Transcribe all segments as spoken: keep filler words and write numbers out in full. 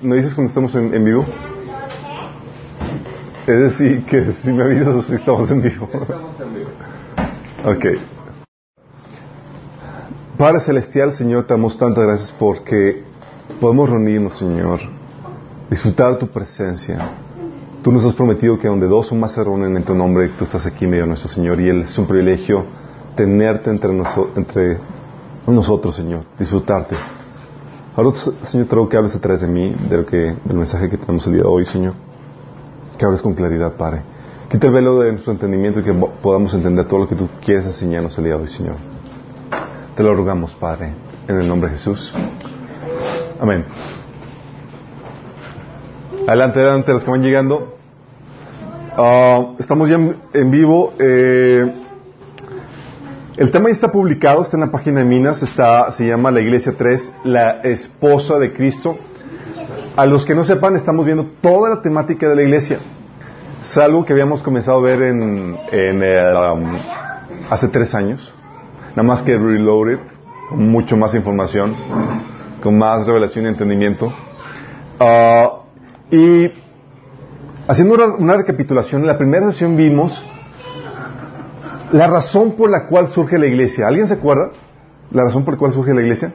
¿me dices cuando estamos en, en vivo? Es decir, que si me avisas o si estamos en vivo. Estamos en vivo. Ok. Padre Celestial, Señor, te damos tantas gracias porque podemos reunirnos, Señor, disfrutar tu presencia. Tú nos has prometido que donde dos o más se reúnen en tu nombre, tú estás aquí en medio de nuestro Señor, y es un privilegio tenerte entre, noso- entre nosotros, Señor, disfrutarte. Ahora, Señor, te ruego que hables a través de mí, de lo que, del mensaje que tenemos el día de hoy, Señor. Que hables con claridad, Padre. Quita el velo de nuestro entendimiento y que podamos entender todo lo que tú quieres enseñarnos el día de hoy, Señor. Te lo rogamos, Padre, en el nombre de Jesús. Amén. Adelante, adelante, los que van llegando. Uh, estamos ya en, en vivo. Eh, el tema ya está publicado, está en la página de Minas, está, se llama La Iglesia tres, la esposa de Cristo. A los que no sepan, estamos viendo toda la temática de la iglesia. Es algo que habíamos comenzado a ver en, en eh, um, hace tres años. Nada más que reloaded, con mucho más información, con más revelación y entendimiento. Uh, y haciendo una, una recapitulación, en la primera sesión vimos la razón por la cual surge la iglesia. ¿Alguien se acuerda? ¿La razón por la cual surge la iglesia?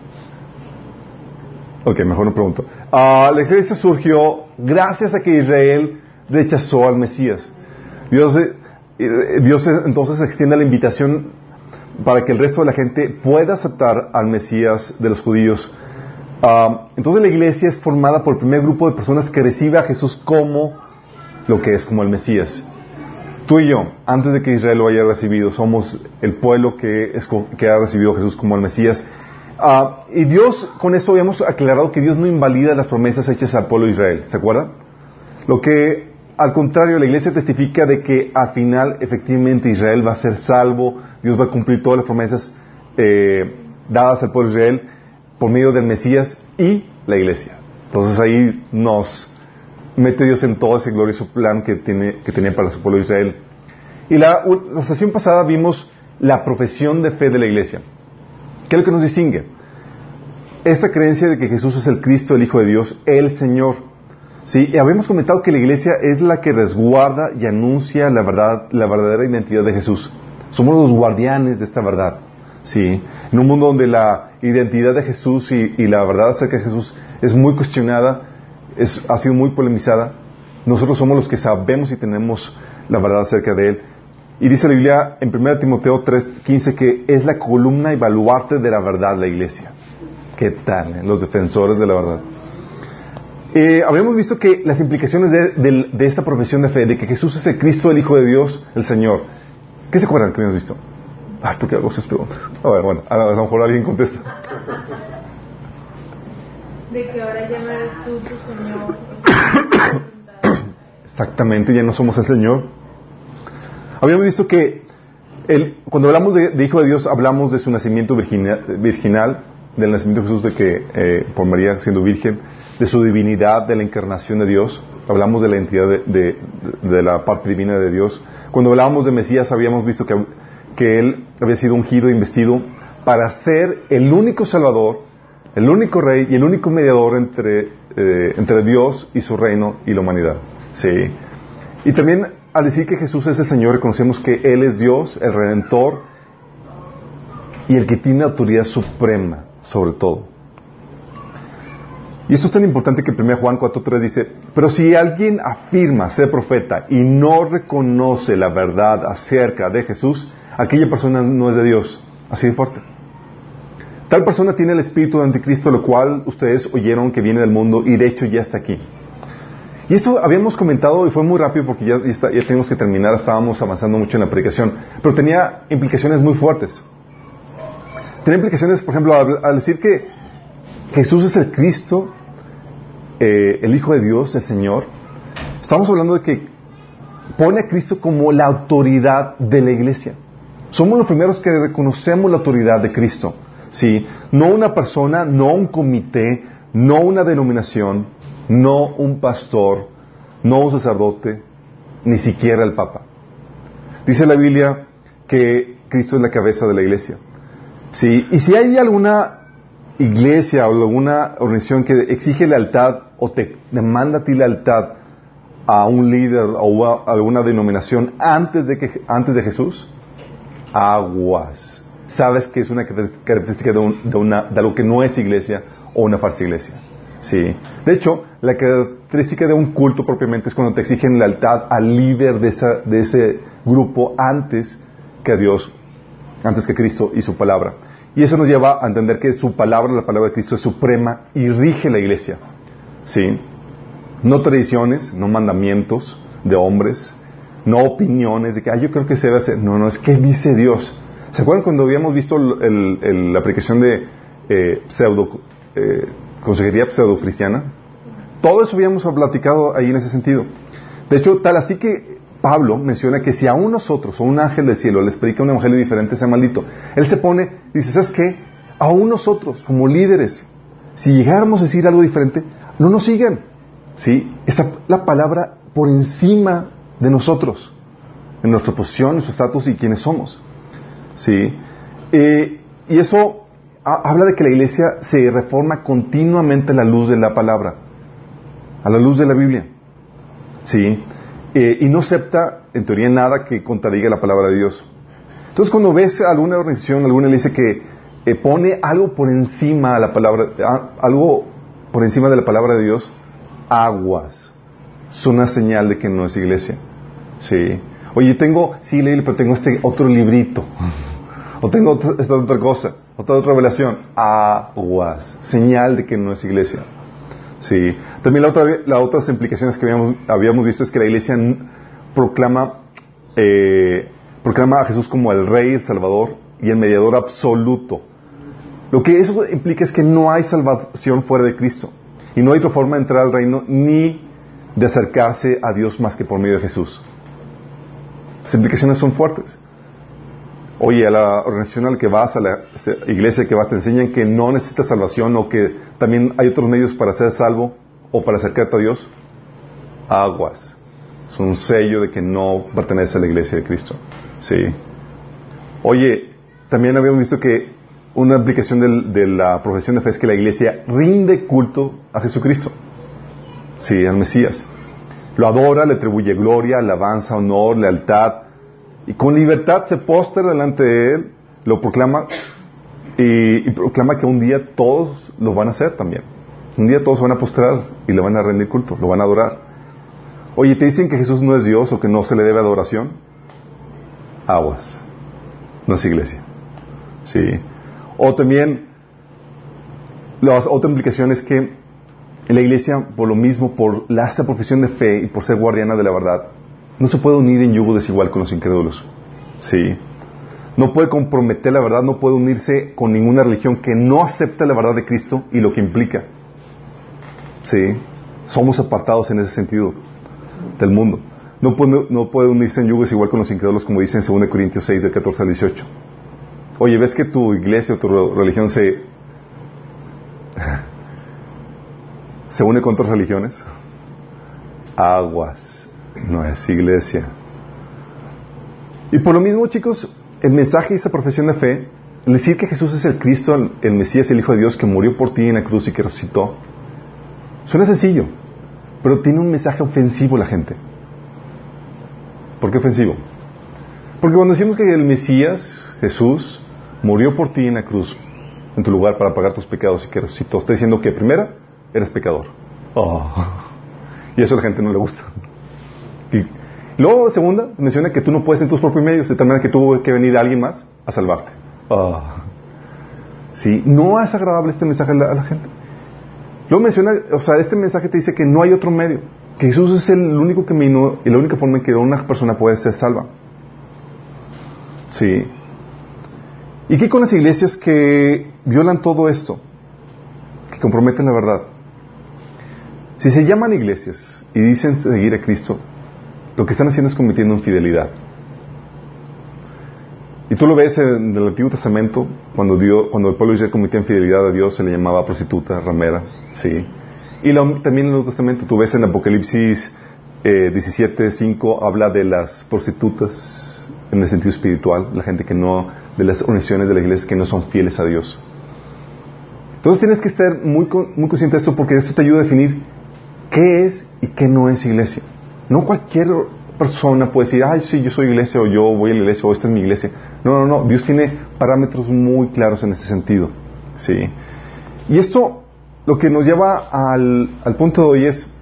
Ok, mejor no pregunto. Uh, la iglesia surgió gracias a que Israel rechazó al Mesías. Dios, eh, Dios entonces extiende la invitación para que el resto de la gente pueda aceptar al Mesías de los judíos. Uh, entonces la iglesia es formada por el primer grupo de personas que recibe a Jesús como lo que es, como el Mesías. Tú y yo, antes de que Israel lo haya recibido, somos el pueblo que, es, que ha recibido a Jesús como el Mesías. Uh, y Dios, con esto habíamos aclarado que Dios no invalida las promesas hechas al pueblo de Israel, ¿se acuerdan? Lo que, al contrario, la iglesia testifica de que al final efectivamente Israel va a ser salvo, Dios va a cumplir todas las promesas eh, dadas al pueblo de Israel por medio del Mesías y la iglesia. Entonces ahí nos mete Dios en todo ese glorioso plan que, tiene, que tenía para su pueblo de Israel. Y la, la sesión pasada vimos la profesión de fe de la iglesia. ¿Qué es lo que nos distingue? Esta creencia de que Jesús es el Cristo, el Hijo de Dios, el Señor. ¿Sí? Y habíamos comentado que la iglesia es la que resguarda y anuncia la verdad, la verdadera identidad de Jesús. Somos los guardianes de esta verdad. ¿Sí? En un mundo donde la identidad de Jesús y, y la verdad acerca de Jesús es muy cuestionada, es, ha sido muy polemizada, nosotros somos los que sabemos y tenemos la verdad acerca de Él. Y dice la Biblia en primera Timoteo tres quince que es la columna y baluarte de la verdad la iglesia. ¿Qué tal? Eh? Los defensores de la verdad. Eh, habíamos visto que las implicaciones de, de, de esta profesión de fe, de que Jesús es el Cristo, el Hijo de Dios, el Señor. ¿Qué se acuerdan que habíamos visto? Ah, ¿por qué hago esas preguntas? A ver, bueno, a lo mejor alguien contesta. De que ahora ya no eres tú tu Señor. O sea, exactamente, ya no somos el Señor. Habíamos visto que el, cuando hablamos de, de Hijo de Dios, hablamos de su nacimiento virginal, virginal del nacimiento de Jesús, de que eh, por María siendo virgen, de su divinidad, de la encarnación de Dios. Hablamos de la entidad de, de, de la parte divina de Dios. Cuando hablábamos de Mesías, habíamos visto que, que Él había sido ungido e investido para ser el único Salvador, el único Rey y el único mediador entre, eh, entre Dios y su reino y la humanidad. Sí. Y también, al decir que Jesús es el Señor, reconocemos que Él es Dios, el Redentor, y el que tiene autoridad suprema sobre todo. Y esto es tan importante que en primera Juan cuatro tres dice, pero si alguien afirma ser profeta y no reconoce la verdad acerca de Jesús, aquella persona no es de Dios. Así de fuerte. Tal persona tiene el espíritu de anticristo, lo cual ustedes oyeron que viene del mundo y de hecho ya está aquí. Y esto habíamos comentado y fue muy rápido porque ya, ya, está, ya tenemos que terminar, estábamos avanzando mucho en la predicación, pero tenía implicaciones muy fuertes. Tenía implicaciones, por ejemplo, al, al decir que Jesús es el Cristo, eh, el Hijo de Dios, el Señor. Estamos hablando de que pone a Cristo como la autoridad de la iglesia. Somos los primeros que reconocemos la autoridad de Cristo. ¿Sí? No una persona, no un comité, no una denominación, no un pastor, no un sacerdote, ni siquiera el Papa. Dice la Biblia que Cristo es la cabeza de la iglesia. ¿Sí? Y si hay alguna iglesia o alguna organización que exige lealtad o te demanda a ti lealtad a un líder o a alguna denominación antes de que antes de Jesús, aguas. Sabes que es una característica de, un, de, una, de algo que no es iglesia o una falsa iglesia. Sí. De hecho, la característica de un culto propiamente es cuando te exigen lealtad al líder de, esa, de ese grupo antes que a Dios, antes que Cristo y su palabra. Y eso nos lleva a entender que su palabra, la palabra de Cristo, es suprema y rige la iglesia. ¿Sí? No tradiciones, no mandamientos de hombres, no opiniones de que, ah, yo creo que se debe hacer. No, no, es que dice Dios. ¿Se acuerdan cuando habíamos visto el, el, la aplicación de eh, pseudo, eh, consejería pseudo cristiana? Todo eso habíamos platicado ahí en ese sentido. De hecho, tal así que Pablo menciona que si aún nosotros o un ángel del cielo les predica un evangelio diferente, sea maldito. Él se pone, dice, ¿sabes qué? Aún nosotros, como líderes, si llegáramos a decir algo diferente, no nos sigan. ¿Sí? Está la palabra por encima de nosotros, en nuestra posición, nuestro estatus y quiénes somos. ¿Sí? Eh, y eso a, habla de que la iglesia se reforma continuamente a la luz de la palabra, a la luz de la Biblia. ¿Sí? Eh, y no acepta, en teoría, nada que contradiga la palabra de Dios. Entonces, cuando ves alguna organización, alguna iglesia que eh, pone algo por encima de la palabra, algo por encima de la palabra de Dios, aguas. Es una señal de que no es iglesia. Sí. Oye, tengo, sí, leí, pero tengo este otro librito. O tengo otra, esta otra cosa, otra otra revelación. Aguas. Señal de que no es iglesia. Sí. También la otra, las otras implicaciones que habíamos, habíamos visto es que la iglesia proclama, eh, proclama a Jesús como el Rey, el Salvador y el mediador absoluto. Lo que eso implica es que no hay salvación fuera de Cristo. Y no hay otra forma de entrar al reino ni de acercarse a Dios más que por medio de Jesús. Las implicaciones son fuertes. Oye, a la organización a la que vas, a la iglesia que vas, te enseñan que no necesitas salvación o que también hay otros medios para ser salvo o para acercarte a Dios. Aguas. Es un sello de que no pertenece a la iglesia de Cristo. Sí. Oye, también habíamos visto que una aplicación de, de la profesión de fe es que la iglesia rinde culto a Jesucristo. Sí, al Mesías. Lo adora, le atribuye gloria, alabanza, honor, lealtad. Y con libertad se postra delante de Él, lo proclama y, y proclama que un día todos lo van a hacer también. Un día todos van a postrar y le van a rendir culto, lo van a adorar. Oye, ¿te dicen que Jesús no es Dios o que no se le debe adoración? Aguas. No es iglesia. Sí. O también, la otra implicación es que en la iglesia, por lo mismo, por la esta profesión de fe y por ser guardiana de la verdad, no se puede unir en yugo desigual con los incrédulos. Sí. No puede comprometer la verdad, no puede unirse con ninguna religión que no acepte la verdad de Cristo y lo que implica. Sí. Somos apartados en ese sentido del mundo. No puede, no puede unirse en yugo desigual con los incrédulos, como dice en segunda Corintios seis, del catorce al dieciocho. Oye, ¿ves que tu iglesia o tu religión se se une con otras religiones? Aguas. No es iglesia. Y por lo mismo, chicos, el mensaje de esta profesión de fe, el decir que Jesús es el Cristo, el, el Mesías, el Hijo de Dios, que murió por ti en la cruz y que resucitó, suena sencillo, pero tiene un mensaje ofensivo la gente. ¿Por qué ofensivo? Porque cuando decimos que el Mesías, Jesús, murió por ti en la cruz, en tu lugar, para pagar tus pecados y que resucitó, está diciendo que primera, eres pecador. Oh. Y eso a la gente no le gusta. Y luego, segunda, menciona que tú no puedes en tus propios medios, de tal manera que tuvo que venir alguien más a salvarte. Oh. Sí, no es agradable este mensaje a la, a la gente. Luego menciona, o sea, este mensaje te dice que no hay otro medio, que Jesús es el único camino y la única forma en que una persona puede ser salva. Sí. ¿Y qué con las iglesias que violan todo esto? Que comprometen la verdad. Si se llaman iglesias y dicen seguir a Cristo, lo que están haciendo es cometiendo infidelidad. Y tú lo ves en el Antiguo Testamento, cuando, Dios, cuando el pueblo de Israel cometía infidelidad a Dios, se le llamaba prostituta, ramera. ¿Sí? Y lo, también en el Nuevo Testamento, tú ves en Apocalipsis eh, diecisiete cinco, habla de las prostitutas en el sentido espiritual, la gente que no, de las organizaciones de la iglesia que no son fieles a Dios. Entonces tienes que estar muy, muy consciente de esto, porque esto te ayuda a definir qué es y qué no es iglesia. No cualquier persona puede decir, ay, sí, yo soy iglesia, o yo voy a la iglesia, o esta es mi iglesia. No, no, no. Dios tiene parámetros muy claros en ese sentido. ¿Sí? Y esto, lo que nos lleva al, al punto de hoy es,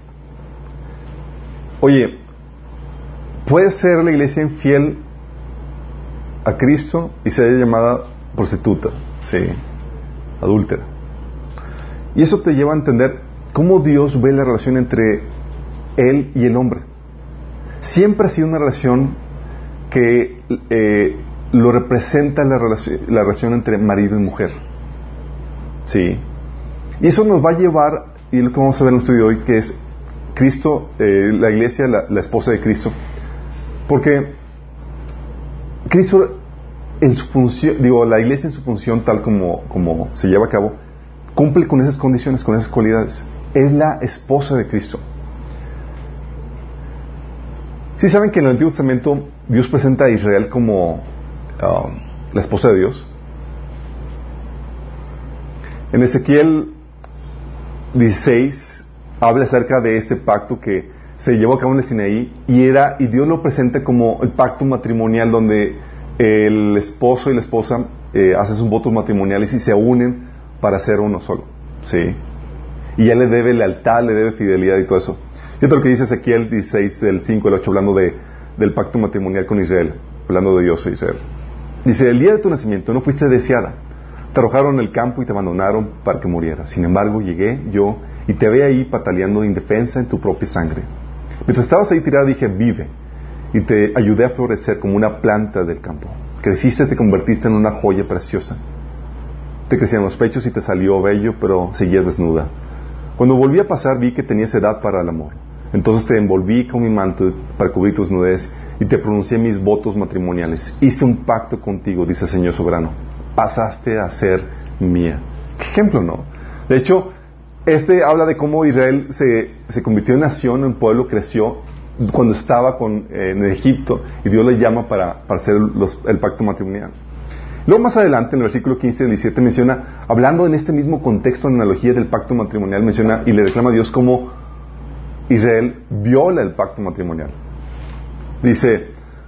oye, ¿puede ser la iglesia infiel a Cristo y ser llamada prostituta? Sí, adúltera. Y eso te lleva a entender cómo Dios ve la relación entre Él y el hombre. Siempre ha sido una relación que eh, lo representa la relación, la relación entre marido y mujer. Sí. Y eso nos va a llevar, y es lo que vamos a ver en el estudio de hoy, que es Cristo, eh, la iglesia, la, la esposa de Cristo. Porque Cristo, en su función, digo, la iglesia en su función, tal como, como se lleva a cabo, cumple con esas condiciones, con esas cualidades. Es la esposa de Cristo. ¿Sí saben que en el Antiguo Testamento Dios presenta a Israel como uh, la esposa de Dios? En Ezequiel dieciséis habla acerca de este pacto que se llevó a cabo en el Sinaí, y era y Dios lo presenta como el pacto matrimonial, donde el esposo y la esposa eh, hacen sus votos matrimoniales y se unen para ser uno solo. ¿Sí? Y ya le debe lealtad, le debe fidelidad y todo eso. Y otro que dice Ezequiel dieciséis, del cinco al ocho, hablando de, del pacto matrimonial con Israel, hablando de Dios e Israel. Dice: el día de tu nacimiento no fuiste deseada, te arrojaron en el campo y te abandonaron para que murieras. Sin embargo, llegué yo y te ve ahí pataleando de indefensa en tu propia sangre. Mientras estabas ahí tirada, dije: vive, y te ayudé a florecer como una planta del campo. Creciste, te convertiste en una joya preciosa. Te crecían los pechos y te salió vello, pero seguías desnuda. Cuando volví a pasar, vi que tenías edad para el amor. Entonces te envolví con mi manto para cubrir tu desnudez y te pronuncié mis votos matrimoniales. Hice un pacto contigo, dice el Señor soberano. Pasaste a ser mía. ¿Qué ejemplo, no? De hecho, este habla de cómo Israel se, se convirtió en nación, en pueblo, creció cuando estaba con, eh, en Egipto, y Dios le llama para, para hacer los, el pacto matrimonial. Luego más adelante, en el versículo quince del diecisiete, menciona, hablando en este mismo contexto, en analogía del pacto matrimonial, menciona y le reclama a Dios cómo Israel viola el pacto matrimonial. Dice,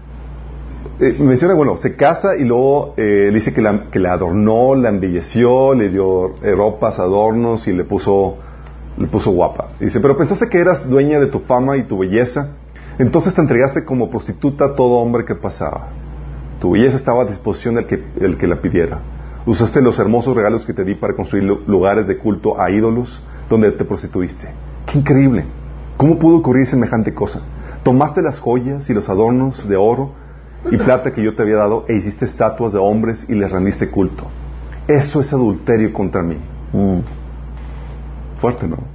eh, menciona, bueno, se casa y luego eh, dice que la, que la adornó, la embelleció, le dio eh, ropas, adornos y le puso, le puso guapa. Dice, pero pensaste que eras dueña de tu fama y tu belleza, entonces te entregaste como prostituta a todo hombre que pasaba. Tu belleza estaba a disposición del que, del que la pidiera. Usaste los hermosos regalos que te di para construir lugares de culto a ídolos donde te prostituiste. ¡Qué increíble! ¿Cómo pudo ocurrir semejante cosa? Tomaste las joyas y los adornos de oro y plata que yo te había dado e hiciste estatuas de hombres y les rendiste culto. Eso es adulterio contra mí. Mm. Fuerte, ¿no?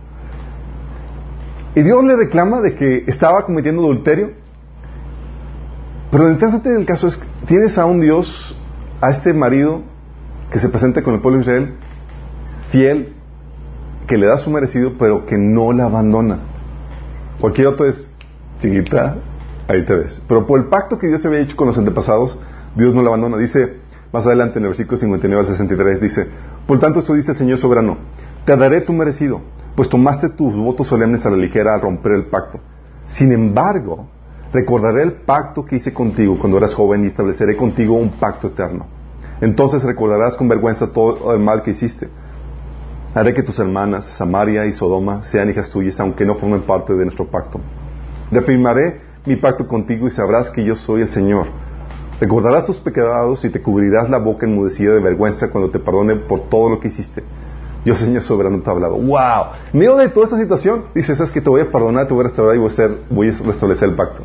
Y Dios le reclama de que estaba cometiendo adulterio. Pero lo interesante del caso es que tienes a un Dios, a este marido que se presenta con el pueblo de Israel, fiel, que le da su merecido, pero que no la abandona. Cualquier otro es, chiquita, ahí te ves. Pero por el pacto que Dios había hecho con los antepasados, Dios no la abandona. Dice, más adelante en el versículo cincuenta y nueve al sesenta y tres, dice, por tanto esto dice el Señor soberano, te daré tu merecido, pues tomaste tus votos solemnes a la ligera al romper el pacto. Sin embargo, recordaré el pacto que hice contigo cuando eras joven y estableceré contigo un pacto eterno. Entonces recordarás con vergüenza todo el mal que hiciste. Haré que tus hermanas, Samaria y Sodoma, sean hijas tuyas, aunque no formen parte de nuestro pacto. Reafirmaré mi pacto contigo y sabrás que yo soy el Señor. Recordarás tus pecados y te cubrirás la boca enmudecida de vergüenza cuando te perdone por todo lo que hiciste. Yo, Señor soberano, te he hablado. ¡Wow! En medio de toda esta situación, dices, sabes que te voy a perdonar, te voy a restaurar y voy a, hacer, voy a restablecer el pacto.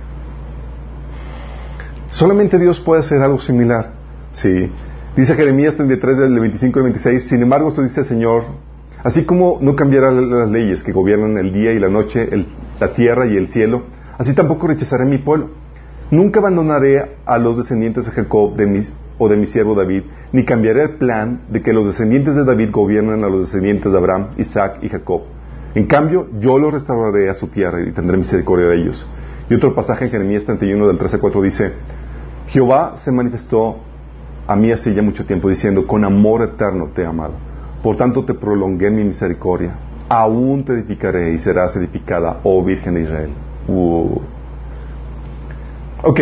Solamente Dios puede hacer algo similar. Sí. Dice Jeremías treinta y tres, del veinticinco al veintiséis, sin embargo, esto dice el Señor, así como no cambiará las leyes que gobiernan el día y la noche, el, la tierra y el cielo, así tampoco rechazaré mi pueblo. Nunca abandonaré a los descendientes de Jacob de mis, o de mi siervo David, ni cambiaré el plan de que los descendientes de David gobiernen a los descendientes de Abraham, Isaac y Jacob. En cambio, yo los restauraré a su tierra y tendré misericordia de ellos. Y otro pasaje en Jeremías treinta y uno, del tres al cuatro, dice, Jehová se manifestó a mí hace ya mucho tiempo diciendo, con amor eterno te he amado. Por tanto te prolongué mi misericordia. Aún te edificaré y serás edificada, oh Virgen de Israel. Uh. Ok.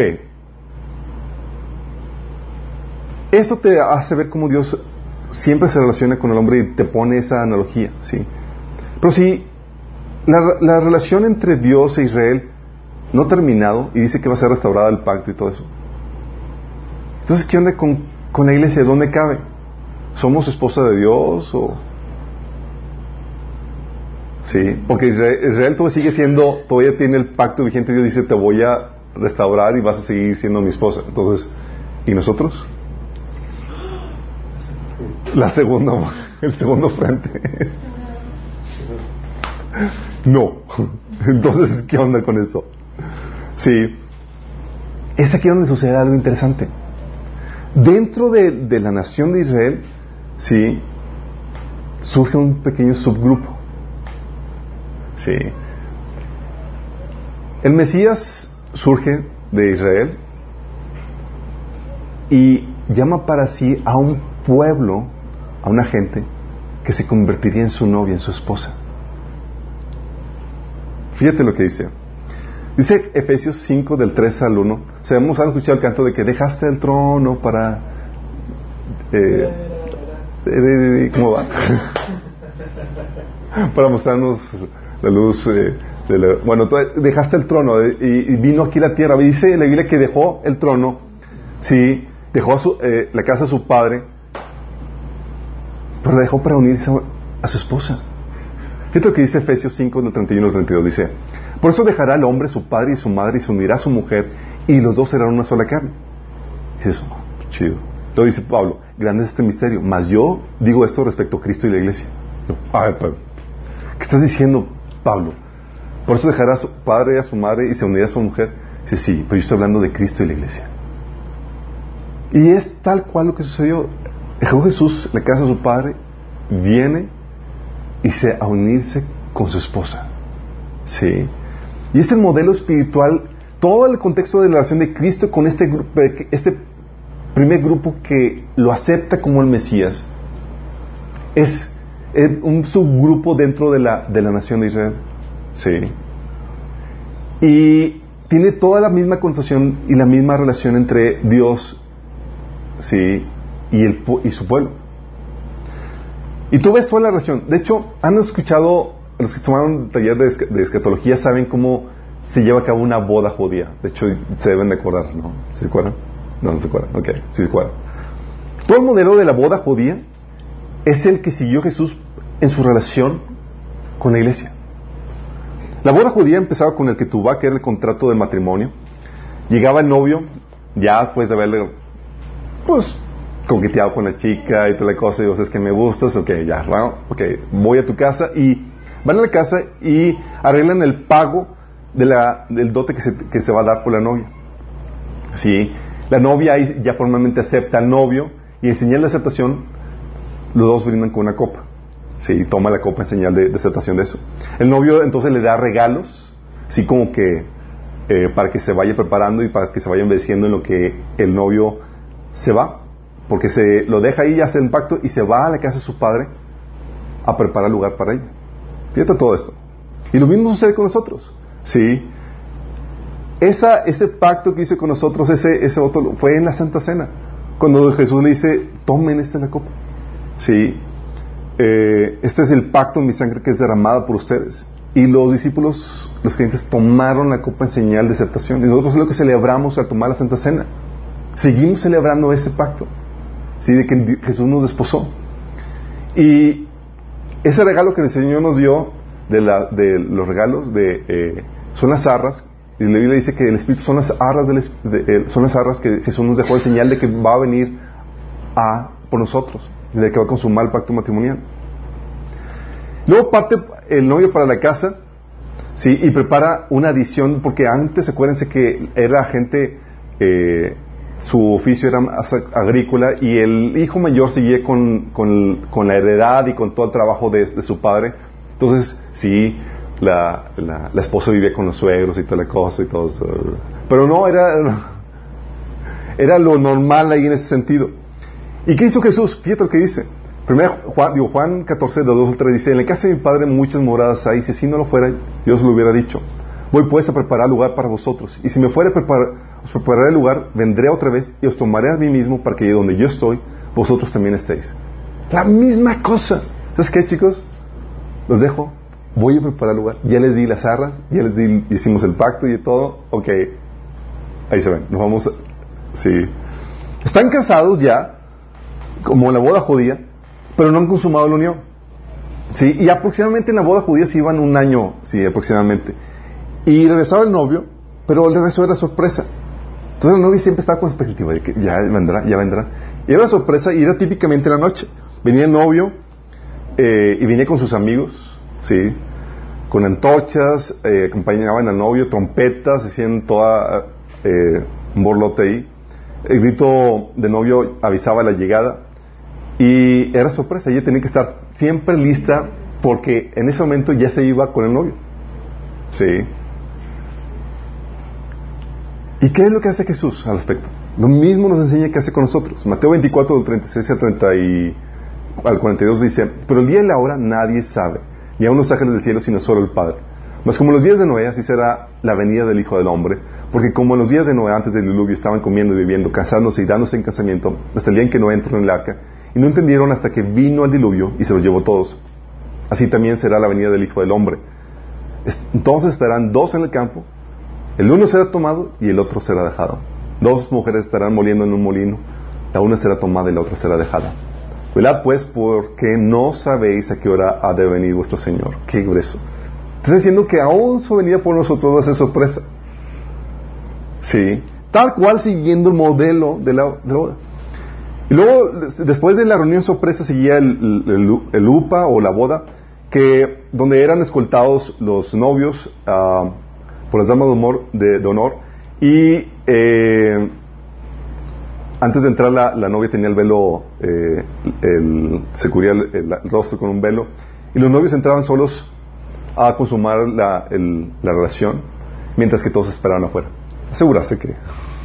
Esto te hace ver cómo Dios siempre se relaciona con el hombre y te pone esa analogía, ¿sí? Pero si la, la relación entre Dios e Israel no ha terminado y dice que va a ser restaurada el pacto y todo eso. Entonces, ¿qué onda con, con la iglesia? ¿Dónde cabe? ¿Somos esposa de Dios o...? Sí, porque Israel, Israel todavía sigue siendo, todavía tiene el pacto vigente. Dios dice, te voy a restaurar y vas a seguir siendo mi esposa. Entonces, ¿y nosotros? La segunda, el segundo frente. No. Entonces, ¿qué onda con eso? Sí. Es aquí donde sucede algo interesante. Dentro de, de la nación de Israel, sí, surge un pequeño subgrupo. Sí. El Mesías surge de Israel y llama para sí a un pueblo, a una gente que se convertiría en su novia, en su esposa. Fíjate lo que dice. Dice Efesios cinco del tres al uno. Sabemos, han escuchado el canto de que dejaste el trono para... Eh, eh, ¿Cómo va? Para mostrarnos la luz eh, de la, bueno, tú dejaste el trono eh, y, y vino aquí la tierra. Dice la Biblia que dejó el trono, sí, dejó a su, eh, la casa a su padre, pero la dejó para unirse a, a su esposa. Fíjate lo que dice Efesios cinco del treinta y uno al treinta y dos. Dice: por eso dejará el hombre su padre y su madre y se unirá a su mujer y los dos serán una sola carne. Dice eso, chido. Lo dice Pablo: grande es este misterio, mas yo digo esto respecto a Cristo y la iglesia. Ay, Pablo, ¿qué estás diciendo, Pablo? Por eso dejará a su padre y a su madre y se unirá a su mujer. Dice, sí, pero yo estoy hablando de Cristo y la iglesia. Y es tal cual lo que sucedió. Dejó Jesús la casa de su padre, viene y se a unirse con su esposa. Sí. Y este modelo espiritual, todo el contexto de la relación de Cristo con este grupo, este primer grupo que lo acepta como el Mesías, es un subgrupo dentro de la, de la nación de Israel. Sí. Y tiene toda la misma connotación y la misma relación entre Dios, sí, y, el, y su pueblo. Y tú ves toda la relación. De hecho, han escuchado, los que tomaron taller de, de escatología saben cómo se lleva a cabo una boda judía. De hecho, se deben de acordar, ¿no? ¿Sí se acuerdan? No, no se acuerdan. Ok, sí se acuerdan. Todo el modelo de la boda judía es el que siguió Jesús en su relación con la iglesia. La boda judía empezaba con el ketubá, que era el contrato de matrimonio. Llegaba el novio, ya después de haberle, pues, coqueteado con la chica y toda la cosa, y vos es que me gustas, ok, ya, bueno, ok, voy a tu casa, y van a la casa y arreglan el pago de la, del dote que se, que se va a dar por la novia. Sí, la novia ahí ya formalmente acepta al novio, y en señal de aceptación, los dos brindan con una copa. Sí, toma la copa en señal de, de aceptación de eso. El novio entonces le da regalos, así como que eh, para que se vaya preparando y para que se vaya embelleciendo en lo que el novio se va, porque se lo deja ahí, hace el pacto y se va a la casa de su padre a preparar lugar para ella. Fíjate todo esto. Y lo mismo sucede con nosotros. Sí. Esa, ese pacto que hizo con nosotros, ese, ese otro, fue en la Santa Cena, cuando Jesús le dice: tomen esta la copa. Sí. Eh, este es el pacto en mi sangre que es derramada por ustedes. Y los discípulos, los creyentes, tomaron la copa en señal de aceptación. Y nosotros es lo que celebramos al tomar la Santa Cena. Seguimos celebrando ese pacto, sí, de que Jesús nos desposó. Y ese regalo que el Señor nos dio, de, la, de los regalos, de, eh, son las arras. Y la Biblia dice que el Espíritu son las arras, del, de, eh, son las arras que Jesús nos dejó en señal de que va a venir a por nosotros, de que va a consumar el pacto matrimonial. Luego parte el novio para la casa, sí, y prepara una adición, porque antes, acuérdense que era gente, eh, su oficio era agrícola, y el hijo mayor seguía con, con, con la heredad y con todo el trabajo de, de su padre. Entonces, sí, la, la, la esposa vivía con los suegros y toda la cosa y todo eso. Pero no, era, era lo normal ahí en ese sentido. ¿Y qué hizo Jesús? Fíjate lo que dice. Primero, Juan, digo, Juan catorce, de dos al tres dice: en la casa de mi padre muchas moradas hay, si así no lo fuera, Dios lo hubiera dicho. Voy pues a preparar lugar para vosotros. Y si me fuere a preparar, os prepararé el lugar, vendré otra vez y os tomaré a mí mismo para que donde yo estoy, vosotros también estéis. La misma cosa. ¿Sabes qué, chicos? Los dejo. Voy a preparar el lugar. Ya les di las arras, ya les di, hicimos el pacto y todo. Ok. Ahí se ven. Nos vamos a... Sí. Están casados ya, como en la boda judía, pero no han consumado la unión. Sí. Y aproximadamente en la boda judía se iban un año, sí, aproximadamente. Y regresaba el novio, pero el regreso era sorpresa. Entonces el novio siempre estaba con expectativa de que ya vendrá, ya vendrá. Y era sorpresa y era típicamente la noche. Venía el novio eh, y venía con sus amigos, sí, con antorchas, eh, acompañaban al novio, trompetas, hacían toda eh, un borlote ahí. El grito del novio avisaba la llegada y era sorpresa. Ella tenía que estar siempre lista porque en ese momento ya se iba con el novio, sí. ¿Y qué es lo que hace Jesús al respecto? Lo mismo nos enseña que hace con nosotros. Mateo veinticuatro, del treinta y seis al, treinta y, al cuarenta y dos dice: pero el día y la hora nadie sabe, ni aun los ángeles del cielo, sino solo el Padre. Mas como en los días de Noé, así será la venida del Hijo del Hombre. Porque como en los días de Noé, antes del diluvio, estaban comiendo y bebiendo, casándose y dándose en casamiento, hasta el día en que Noé entró en el arca, y no entendieron hasta que vino el diluvio y se los llevó todos. Así también será la venida del Hijo del Hombre. Entonces estarán dos en el campo, el uno será tomado y el otro será dejado. Dos mujeres estarán moliendo en un molino, la una será tomada y la otra será dejada. Velad pues, porque no sabéis a qué hora ha de venir vuestro Señor. Qué grueso. Está diciendo que aún su venida por nosotros va a ser sorpresa. Sí, tal cual siguiendo el modelo de la, de la boda. Y luego, después de la reunión sorpresa, seguía el, el, el, el upa o la boda, que donde eran escoltados los novios uh, por las damas de honor, de, de honor y eh, antes de entrar la, la novia tenía el velo, eh, el, se cubría el, el, el rostro con un velo, y los novios entraban solos a consumar la, el, la relación, mientras que todos esperaban afuera. Asegurarse que...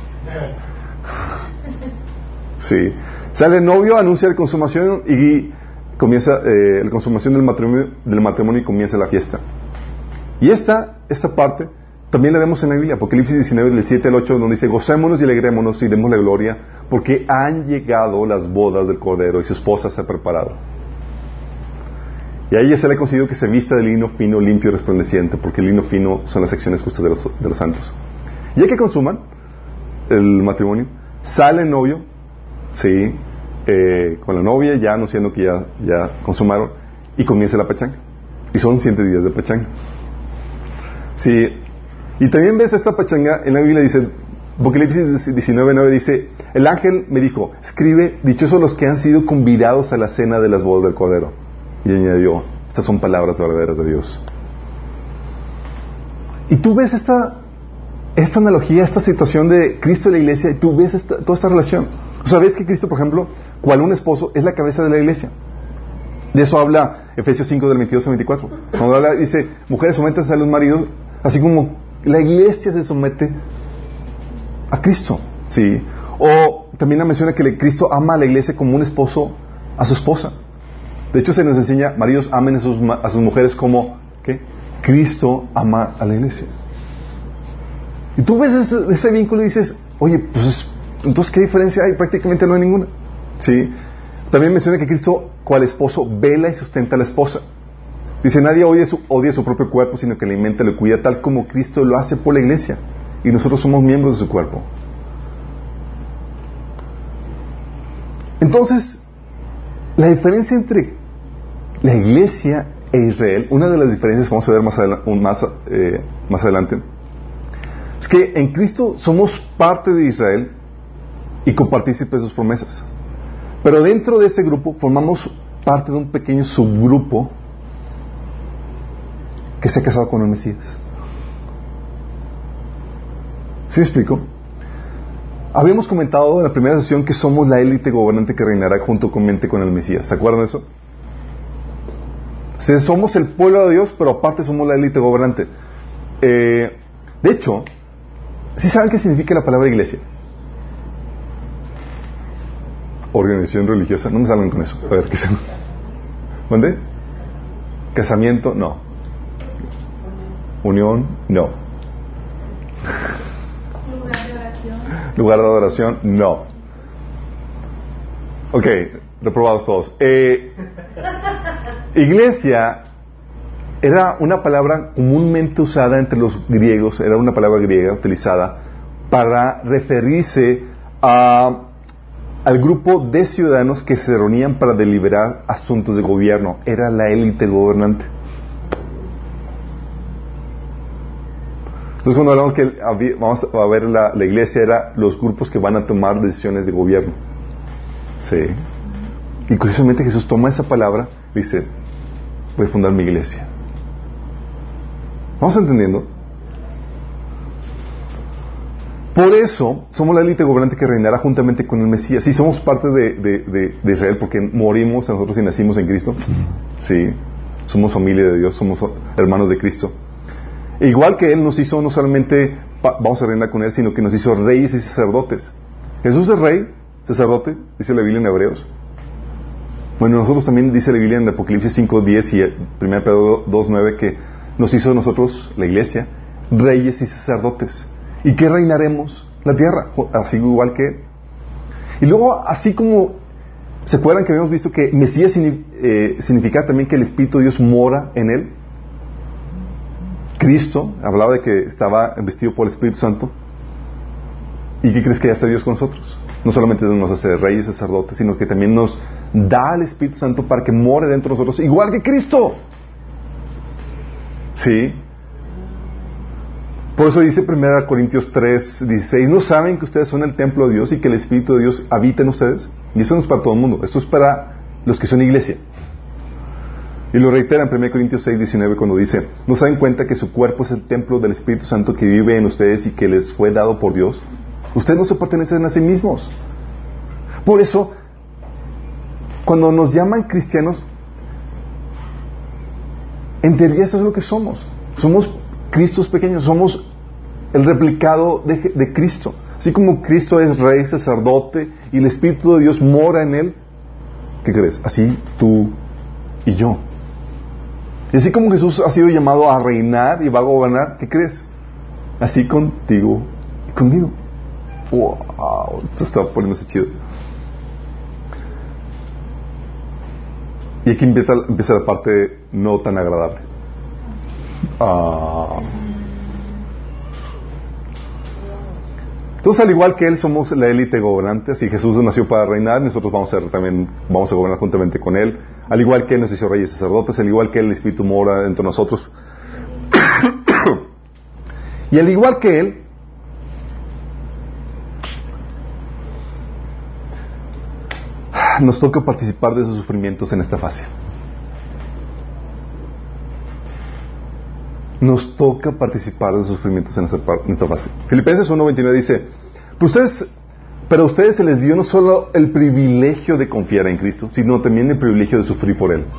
Sí. Sale el novio, anuncia la consumación y comienza eh, la consumación del matrimonio, del matrimonio y comienza la fiesta. Y esta, esta parte también la vemos en la Biblia, Apocalipsis diecinueve, del siete al ocho, donde dice: gocémonos y alegrémonos y demos la gloria, porque han llegado las bodas del Cordero y su esposa se ha preparado. Y a ella se le ha concedido que se vista de lino fino, limpio y resplandeciente, porque el lino fino son las acciones justas de los, de los santos. Y ya que consuman el matrimonio, sale el novio, sí, eh, con la novia, ya anunciando que ya, ya consumaron, y comienza la pachanga. Y son siete días de pachanga. Sí. Y también ves esta pachanga en la Biblia, dice, Apocalipsis diecinueve nueve dice: el ángel me dijo, escribe, dichosos los que han sido convidados a la cena de las bodas del Cordero. Y añadió: estas son palabras verdaderas de Dios. Y tú ves esta, esta analogía, esta situación de Cristo y la iglesia, y tú ves esta, toda esta relación. O sea, ves que Cristo, por ejemplo, cual un esposo, es la cabeza de la iglesia. De eso habla Efesios cinco, del veintidós al veinticuatro. Cuando habla, dice: mujeres, sométanse a los maridos, así como la iglesia se somete a Cristo, ¿sí? O también menciona que Cristo ama a la iglesia como un esposo a su esposa. De hecho, se nos enseña: maridos, amen a sus, a sus mujeres como ¿qué? Cristo ama a la iglesia. Y tú ves ese, ese vínculo y dices: oye, pues entonces ¿qué diferencia hay? Prácticamente no hay ninguna, ¿sí? También menciona que Cristo, cual esposo, vela y sustenta a la esposa. Dice: nadie odia su, odia su propio cuerpo, sino que le alimenta y lo cuida, tal como Cristo lo hace por la iglesia. Y nosotros somos miembros de su cuerpo. Entonces, la diferencia entre la iglesia e Israel, una de las diferencias que vamos a ver más, adela- más, eh, más adelante, es que en Cristo somos parte de Israel y copartícipes de sus promesas. Pero dentro de ese grupo formamos parte de un pequeño subgrupo que se ha casado con el Mesías. ¿Sí me explico? Habíamos comentado en la primera sesión que somos la élite gobernante que reinará juntamente con el Mesías. ¿Se acuerdan de eso? O sea, somos el pueblo de Dios, pero aparte somos la élite gobernante. Eh, de hecho, ¿sí saben qué significa la palabra iglesia? Organización religiosa, no me salgan con eso. A ver, ¿qué es? ¿Dónde? Casamiento, no. Unión, no. Lugar de oración. Lugar de adoración, no. Ok, reprobados todos. Eh, iglesia era una palabra comúnmente usada entre los griegos, era una palabra griega utilizada para referirse a, al grupo de ciudadanos que se reunían para deliberar asuntos de gobierno. Era la élite gobernante. Entonces, cuando hablamos que había, vamos a ver la, la iglesia, era los grupos que van a tomar decisiones de gobierno. Sí. Y curiosamente Jesús toma esa palabra y dice: voy a fundar mi iglesia. ¿Vamos entendiendo? Por eso somos la élite gobernante que reinará juntamente con el Mesías. Sí, somos parte de, de, de, de Israel porque morimos nosotros y nacimos en Cristo. Sí, somos familia de Dios, somos hermanos de Cristo. E igual que Él nos hizo, no solamente pa, vamos a reinar con Él, sino que nos hizo reyes y sacerdotes. Jesús es rey, sacerdote, dice la Biblia en Hebreos. Bueno, nosotros también dice la Biblia en Apocalipsis cinco diez y primera Pedro dos nueve que nos hizo nosotros, la iglesia, reyes y sacerdotes. ¿Y qué reinaremos? La tierra, así igual que Él. Y luego, así como, ¿se acuerdan que habíamos visto que Mesías eh, significa también que el Espíritu de Dios mora en Él? Cristo hablaba de que estaba vestido por el Espíritu Santo. ¿Y qué crees que hace Dios con nosotros? No solamente nos hace reyes y sacerdotes, sino que también nos da el Espíritu Santo para que more dentro de nosotros, igual que Cristo. ¿Sí? Por eso dice primera Corintios tres dieciséis: ¿no saben que ustedes son el templo de Dios y que el Espíritu de Dios habita en ustedes? Y eso no es para todo el mundo, esto es para los que son iglesia. Y lo reitera en primera Corintios seis diecinueve cuando dice: ¿no se dan cuenta que su cuerpo es el templo del Espíritu Santo que vive en ustedes y que les fue dado por Dios? Ustedes no se pertenecen a sí mismos. Por eso, cuando nos llaman cristianos, en teoría eso es lo que somos. Somos Cristos pequeños, somos el replicado de, de Cristo. Así como Cristo es rey, sacerdote y el Espíritu de Dios mora en Él, ¿qué crees? Así tú y yo. Y así como Jesús ha sido llamado a reinar y va a gobernar, ¿qué crees? Así contigo y conmigo. Wow, esto está poniéndose chido. Y aquí empieza, empieza la parte no tan agradable. Ah. Entonces, al igual que Él, somos la élite gobernante. Así Jesús nació para reinar, nosotros vamos a ser también, vamos a gobernar juntamente con Él. Al igual que Él nos hizo reyes y sacerdotes, al igual que Él, el Espíritu mora entre nosotros. Y al igual que Él, nos toca participar de sus sufrimientos en esta fase. Nos toca participar de sus sufrimientos en esta, en esta fase. Filipenses uno veintinueve dice: pero, ustedes, pero a ustedes se les dio no solo el privilegio de confiar en Cristo, sino también el privilegio de sufrir por Él.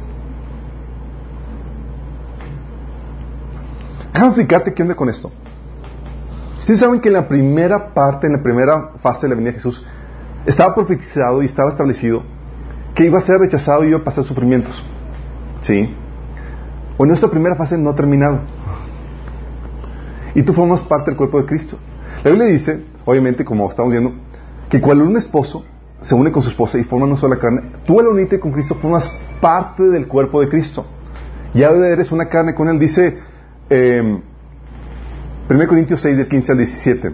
Déjame explicarte qué onda con esto. ¿Sí saben que en la primera parte, en la primera fase de la venida de Jesús, estaba profetizado y estaba establecido que iba a ser rechazado y iba a pasar sufrimientos? ¿Sí? Bueno, esta primera fase no ha terminado. Y tú formas parte del cuerpo de Cristo. La Biblia dice, obviamente, como estamos viendo, que cuando un esposo se une con su esposa y forman una sola carne, tú al unirte con Cristo formas parte del cuerpo de Cristo. Ya eres una carne con Él. Dice eh, primera Corintios seis, del quince al diecisiete.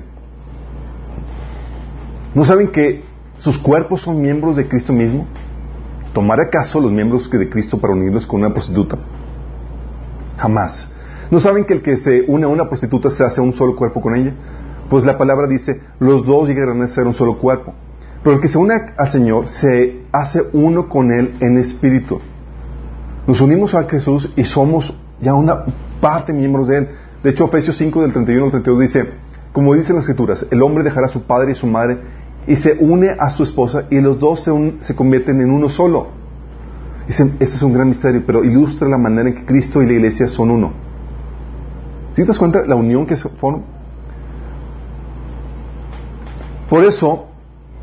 ¿No saben que sus cuerpos son miembros de Cristo mismo? ¿Tomar acaso los miembros de Cristo para unirlos con una prostituta? Jamás. ¿No saben que el que se une a una prostituta se hace un solo cuerpo con ella? Pues la palabra dice: los dos llegarán a ser un solo cuerpo. Pero el que se une al Señor se hace uno con Él en espíritu. Nos unimos a Jesús y somos ya una parte miembros de Él. De hecho, Efesios cinco, del treinta y uno al treinta y dos dice, como dicen las Escrituras: el hombre dejará a su padre y su madre y se une a su esposa, y los dos se, un, se convierten en uno solo. Dicen, este es un gran misterio, pero ilustra la manera en que Cristo y la iglesia son uno. ¿Sí te das cuenta la unión que se forma? Por eso,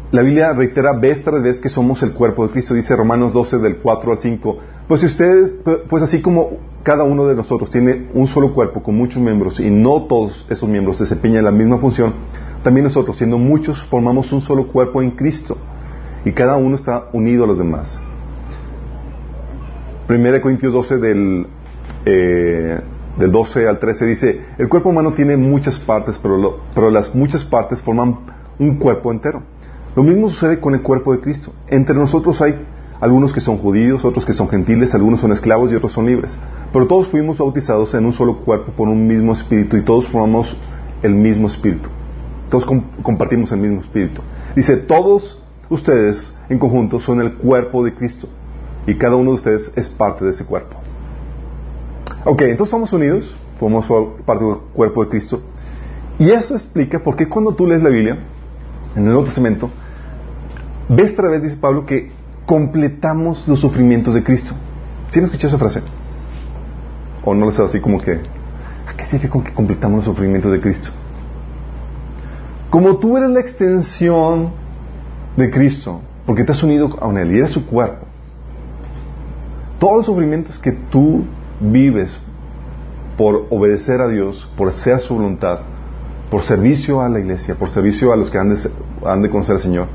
la Biblia reitera vez tras vez que somos el cuerpo de Cristo. Dice Romanos doce del cuatro al cinco. Pues si ustedes, pues así como cada uno de nosotros tiene un solo cuerpo con muchos miembros y no todos esos miembros desempeñan la misma función, también nosotros, siendo muchos, formamos un solo cuerpo en Cristo y cada uno está unido a los demás. Primera de Corintios doce del, eh, del doce al trece dice, el cuerpo humano tiene muchas partes, pero, lo, pero las muchas partes forman un cuerpo entero. Lo mismo sucede con el cuerpo de Cristo. Entre nosotros hay algunos que son judíos, otros que son gentiles, algunos son esclavos y otros son libres. Pero todos fuimos bautizados en un solo cuerpo por un mismo espíritu y todos formamos el mismo espíritu. Todos comp- compartimos el mismo espíritu. Dice, todos ustedes en conjunto son el cuerpo de Cristo y cada uno de ustedes es parte de ese cuerpo. Ok, entonces somos unidos, formamos parte del cuerpo de Cristo y eso explica por qué cuando tú lees la Biblia, en el Nuevo Testamento, ves otra vez, dice Pablo, que completamos los sufrimientos de Cristo. ¿Sí no escuché esa frase? ¿O no lo sabes así como que, ¿a qué significa con que completamos los sufrimientos de Cristo? Como tú eres la extensión de Cristo, porque te has unido a Él y eres su cuerpo, todos los sufrimientos que tú vives por obedecer a Dios, por hacer su voluntad, por servicio a la iglesia, por servicio a los que han de, han de conocer al Señor,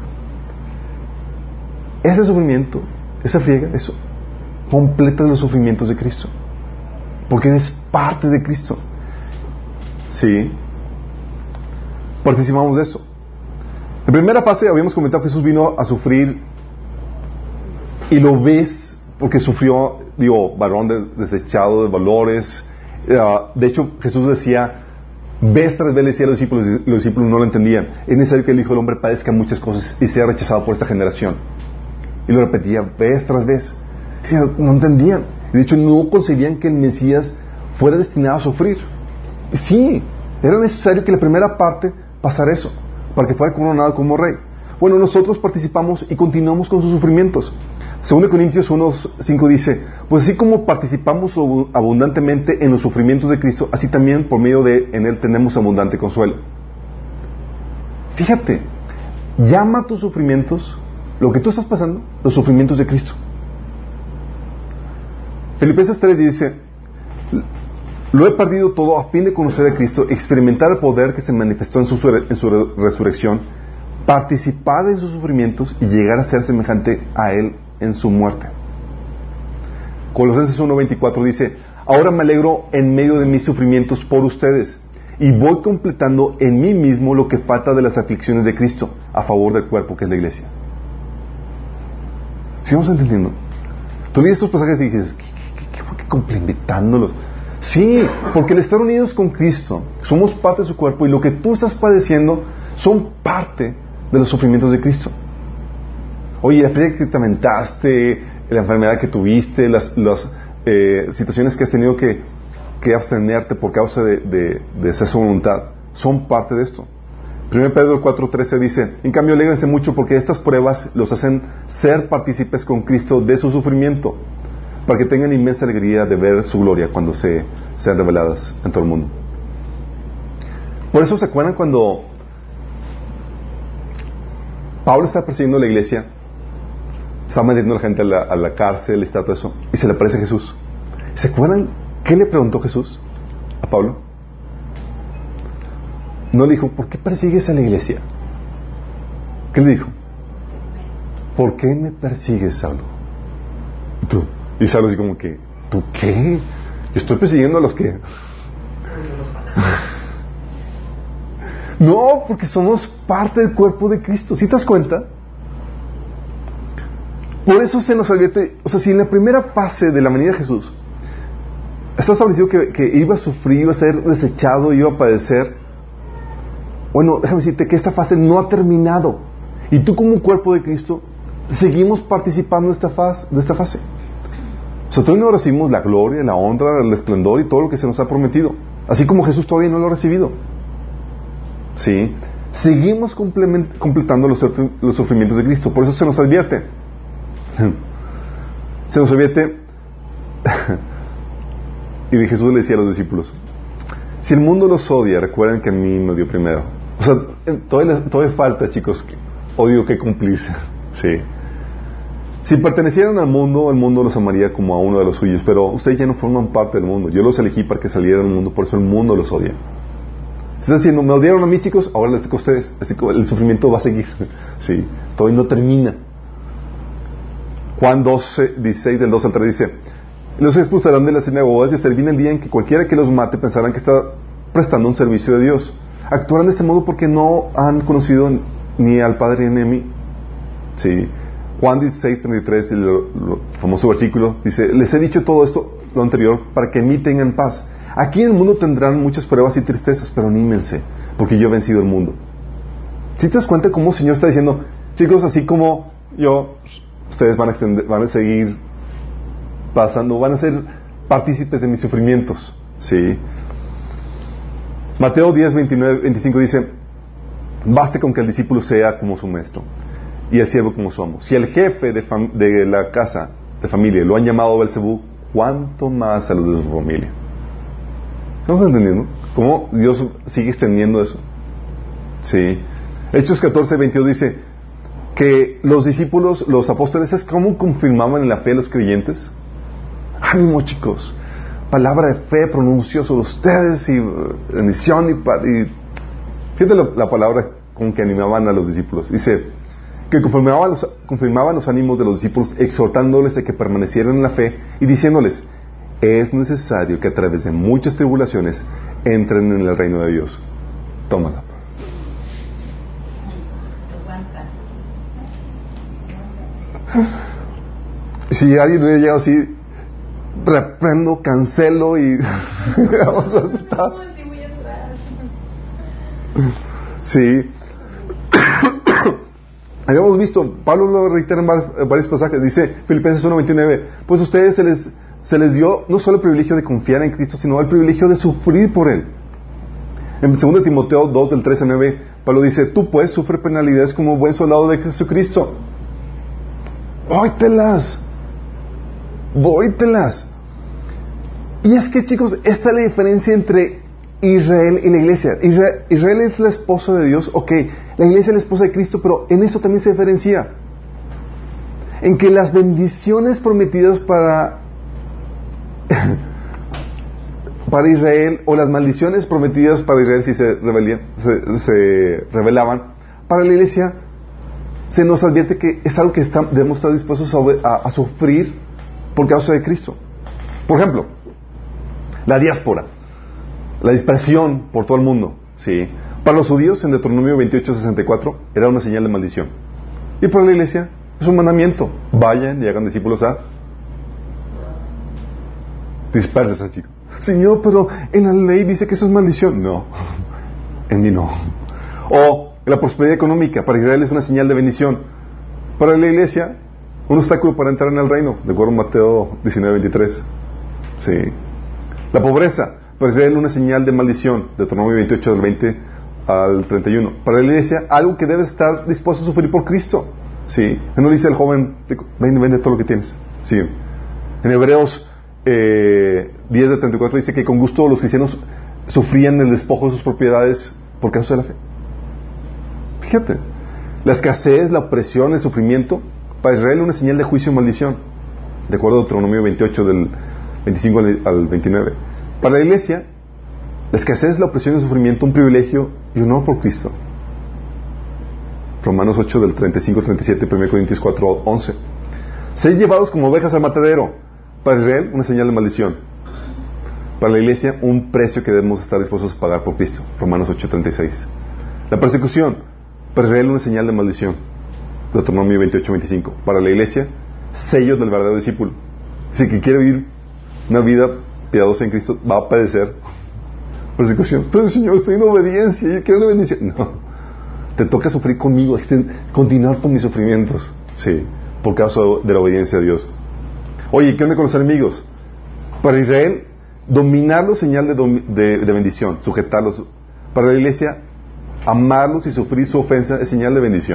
ese sufrimiento, esa friega, eso completa los sufrimientos de Cristo, porque eres parte de Cristo. Sí, participamos de eso. En primera fase habíamos comentado que Jesús vino a sufrir y lo ves porque sufrió, digo, varón de, desechado de valores. Uh, de hecho, Jesús decía, vez tras vez le decía a los discípulos, y los discípulos no lo entendían, es necesario que el Hijo del Hombre padezca muchas cosas y sea rechazado por esta generación. Y lo repetía vez tras vez. Sí, no entendían. De hecho, no concebían que el Mesías fuera destinado a sufrir. Sí, era necesario que la primera parte pasara eso, para que fuera coronado como rey. Bueno, nosotros participamos y continuamos con sus sufrimientos. Según Corintios uno cinco dice, pues así como participamos abundantemente en los sufrimientos de Cristo, así también por medio de en Él tenemos abundante consuelo. Fíjate, llama a tus sufrimientos, lo que tú estás pasando, los sufrimientos de Cristo. Filipenses tres dice, lo he perdido todo a fin de conocer a Cristo, experimentar el poder que se manifestó en su, en su resurrección, participar en sus sufrimientos y llegar a ser semejante a Él en su muerte. Colosenses uno veinticuatro dice, ahora me alegro en medio de mis sufrimientos por ustedes y voy completando en mí mismo lo que falta de las aflicciones de Cristo a favor del cuerpo que es la iglesia. ¿Sí vamos entendiendo? Tú lees estos pasajes y dices, ¿qué, qué, qué, qué, qué complementándolos? Sí, porque al estar unidos con Cristo, somos parte de su cuerpo y lo que tú estás padeciendo son parte de los sufrimientos de Cristo. Oye, la friega que te lamentaste, la enfermedad que tuviste, las, las eh, situaciones que has tenido que, que abstenerte por causa de, de, de hacer su voluntad, son parte de esto. primero Pedro cuatro trece dice, en cambio alégrense mucho porque estas pruebas los hacen ser partícipes con Cristo de su sufrimiento, para que tengan inmensa alegría de ver su gloria cuando se, sean reveladas en todo el mundo. Por eso se acuerdan cuando Pablo está persiguiendo a la iglesia, está metiendo a la gente a la, a la cárcel, está todo eso, y se le aparece Jesús. ¿Se acuerdan qué le preguntó Jesús a Pablo? No le dijo, ¿por qué persigues a la iglesia? ¿Qué le dijo? ¿Por qué me persigues, Saulo? ¿Y tú? Y Saulo así como que, ¿tú qué? Yo estoy persiguiendo a los que... No, porque somos parte del cuerpo de Cristo. ¿Sí te das cuenta? Por eso se nos advierte, o sea, si en la primera fase de la venida de Jesús está establecido que, que iba a sufrir, iba a ser desechado, iba a padecer, bueno, déjame decirte que esta fase no ha terminado. Y tú como cuerpo de Cristo seguimos participando de esta fase. De esta fase. O sea, todavía no recibimos la gloria, la honra, el esplendor y todo lo que se nos ha prometido. Así como Jesús todavía no lo ha recibido. ¿Sí? Seguimos completando los, los sufrimientos de Cristo. Por eso se nos advierte. Se nos advierte. Y Jesús le decía a los discípulos, si el mundo los odia, recuerden que a mí me dio primero. O sea, todavía, todavía falta, chicos, o digo que cumplirse. Sí. Si pertenecieran al mundo, el mundo los amaría como a uno de los suyos, pero ustedes ya no forman parte del mundo. Yo los elegí para que salieran del mundo, por eso el mundo los odia. Se está diciendo, me odiaron a mí, chicos, ahora les toca a ustedes. Así que el sufrimiento va a seguir. Sí, todavía no termina. Juan doce, dieciséis, del dos al tres dice: los expulsarán de las sinagogas y hasta el fin del día en que cualquiera que los mate pensarán que está prestando un servicio de Dios. Actuarán de este modo porque no han conocido ni al Padre ni a mí. Sí. Juan dieciséis, treinta y tres, el, el famoso versículo, dice: les he dicho todo esto, lo anterior, para que en mí tengan paz. Aquí en el mundo tendrán muchas pruebas y tristezas, pero anímense, porque yo he vencido el mundo. ¿Sí te das cuenta cómo el Señor está diciendo, chicos, así como yo, ustedes van a, extender, van a seguir pasando, van a ser partícipes de mis sufrimientos? Sí. Mateo diez, veintinueve, veinticinco dice: baste con que el discípulo sea como su maestro y el siervo como su amo. Si el jefe de, fam- de la casa de familia lo han llamado Belcebú, ¿cuánto más a los de su familia? ¿Estamos entendiendo? ¿Cómo Dios sigue extendiendo eso? Sí. Hechos catorce, veintidós dice que los discípulos, los apóstoles, ¿es cómo confirmaban en la fe a los creyentes? Ánimo, chicos. Palabra de fe pronunció sobre ustedes y bendición y, y fíjate la, la palabra con que animaban a los discípulos. Dice que confirmaban los, confirmaban los ánimos de los discípulos, exhortándoles a que permanecieran en la fe y diciéndoles: es necesario que a través de muchas tribulaciones entren en el reino de Dios. Tómala. Si alguien hubiera llegado así, reprendo, cancelo y vamos a estar. Sí. Habíamos visto, Pablo lo reitera en varios, en varios pasajes, dice Filipenses uno veintinueve: pues a ustedes se les, se les dio no solo el privilegio de confiar en Cristo, sino el privilegio de sufrir por Él. En segundo Timoteo dos, del tres al nueve, Pablo dice: tú pues sufre penalidades como buen soldado de Jesucristo. Vóytelas, vóytelas. Y es que, chicos, esta es la diferencia entre Israel y la iglesia. Israel, Israel es la esposa de Dios, ok, la iglesia es la esposa de Cristo, pero en eso también se diferencia. En que las bendiciones prometidas para para Israel, o las maldiciones prometidas para Israel si se, rebelían, se, se rebelaban, para la iglesia se nos advierte que es algo que está, debemos estar dispuestos a, a, a sufrir por causa de Cristo. Por ejemplo, la diáspora, la dispersión por todo el mundo, ¿sí? Para los judíos, en Deuteronomio veintiocho, sesenta y cuatro, era una señal de maldición. Y para la iglesia es un mandamiento: vayan y hagan discípulos a disperses, chicos. Señor, pero en la ley dice que eso es maldición. No, en mí no. O la prosperidad económica, para Israel es una señal de bendición. Para la iglesia, un obstáculo para entrar en el reino, de acuerdo a Mateo diecinueve, veintitrés. Sí. La pobreza, para Israel una señal de maldición, de Deuteronomio veintiocho, del veinte al treinta y uno. Para la iglesia, algo que debe estar dispuesto a sufrir por Cristo. Sí. No dice el joven rico: vende, vende todo lo que tienes. Sí. En Hebreos eh, diez, de treinta y cuatro dice que con gusto los cristianos sufrían el despojo de sus propiedades por causa de la fe. Fíjate, la escasez, la opresión, el sufrimiento, para Israel una señal de juicio y maldición, de acuerdo a Deuteronomio veintiocho, del veinticinco al veintinueve. Para la iglesia, la escasez, la opresión y el sufrimiento, un privilegio y honor por Cristo. Romanos ocho, del treinta y cinco al treinta y siete, primera Corintios cuatro, once. Ser llevados como ovejas al matadero, para Israel una señal de maldición. Para la iglesia, un precio que debemos estar dispuestos a pagar por Cristo. Romanos ocho, treinta y seis. La persecución, para Israel una señal de maldición. Deuteronomio veintiocho, veinticinco. Para la iglesia, sello del verdadero discípulo. Si que quiere vivir una vida piadosa en Cristo, va a padecer persecución. Pero Señor, estoy en obediencia, yo quiero la bendición. No, te toca sufrir conmigo, continuar con mis sufrimientos. Sí, por causa de la obediencia a Dios. Oye, ¿qué onda con los enemigos? Para Israel, dominarlos señal de, dom- de, de bendición, sujetarlos. Para la iglesia, amarlos y sufrir su ofensa es señal de bendición.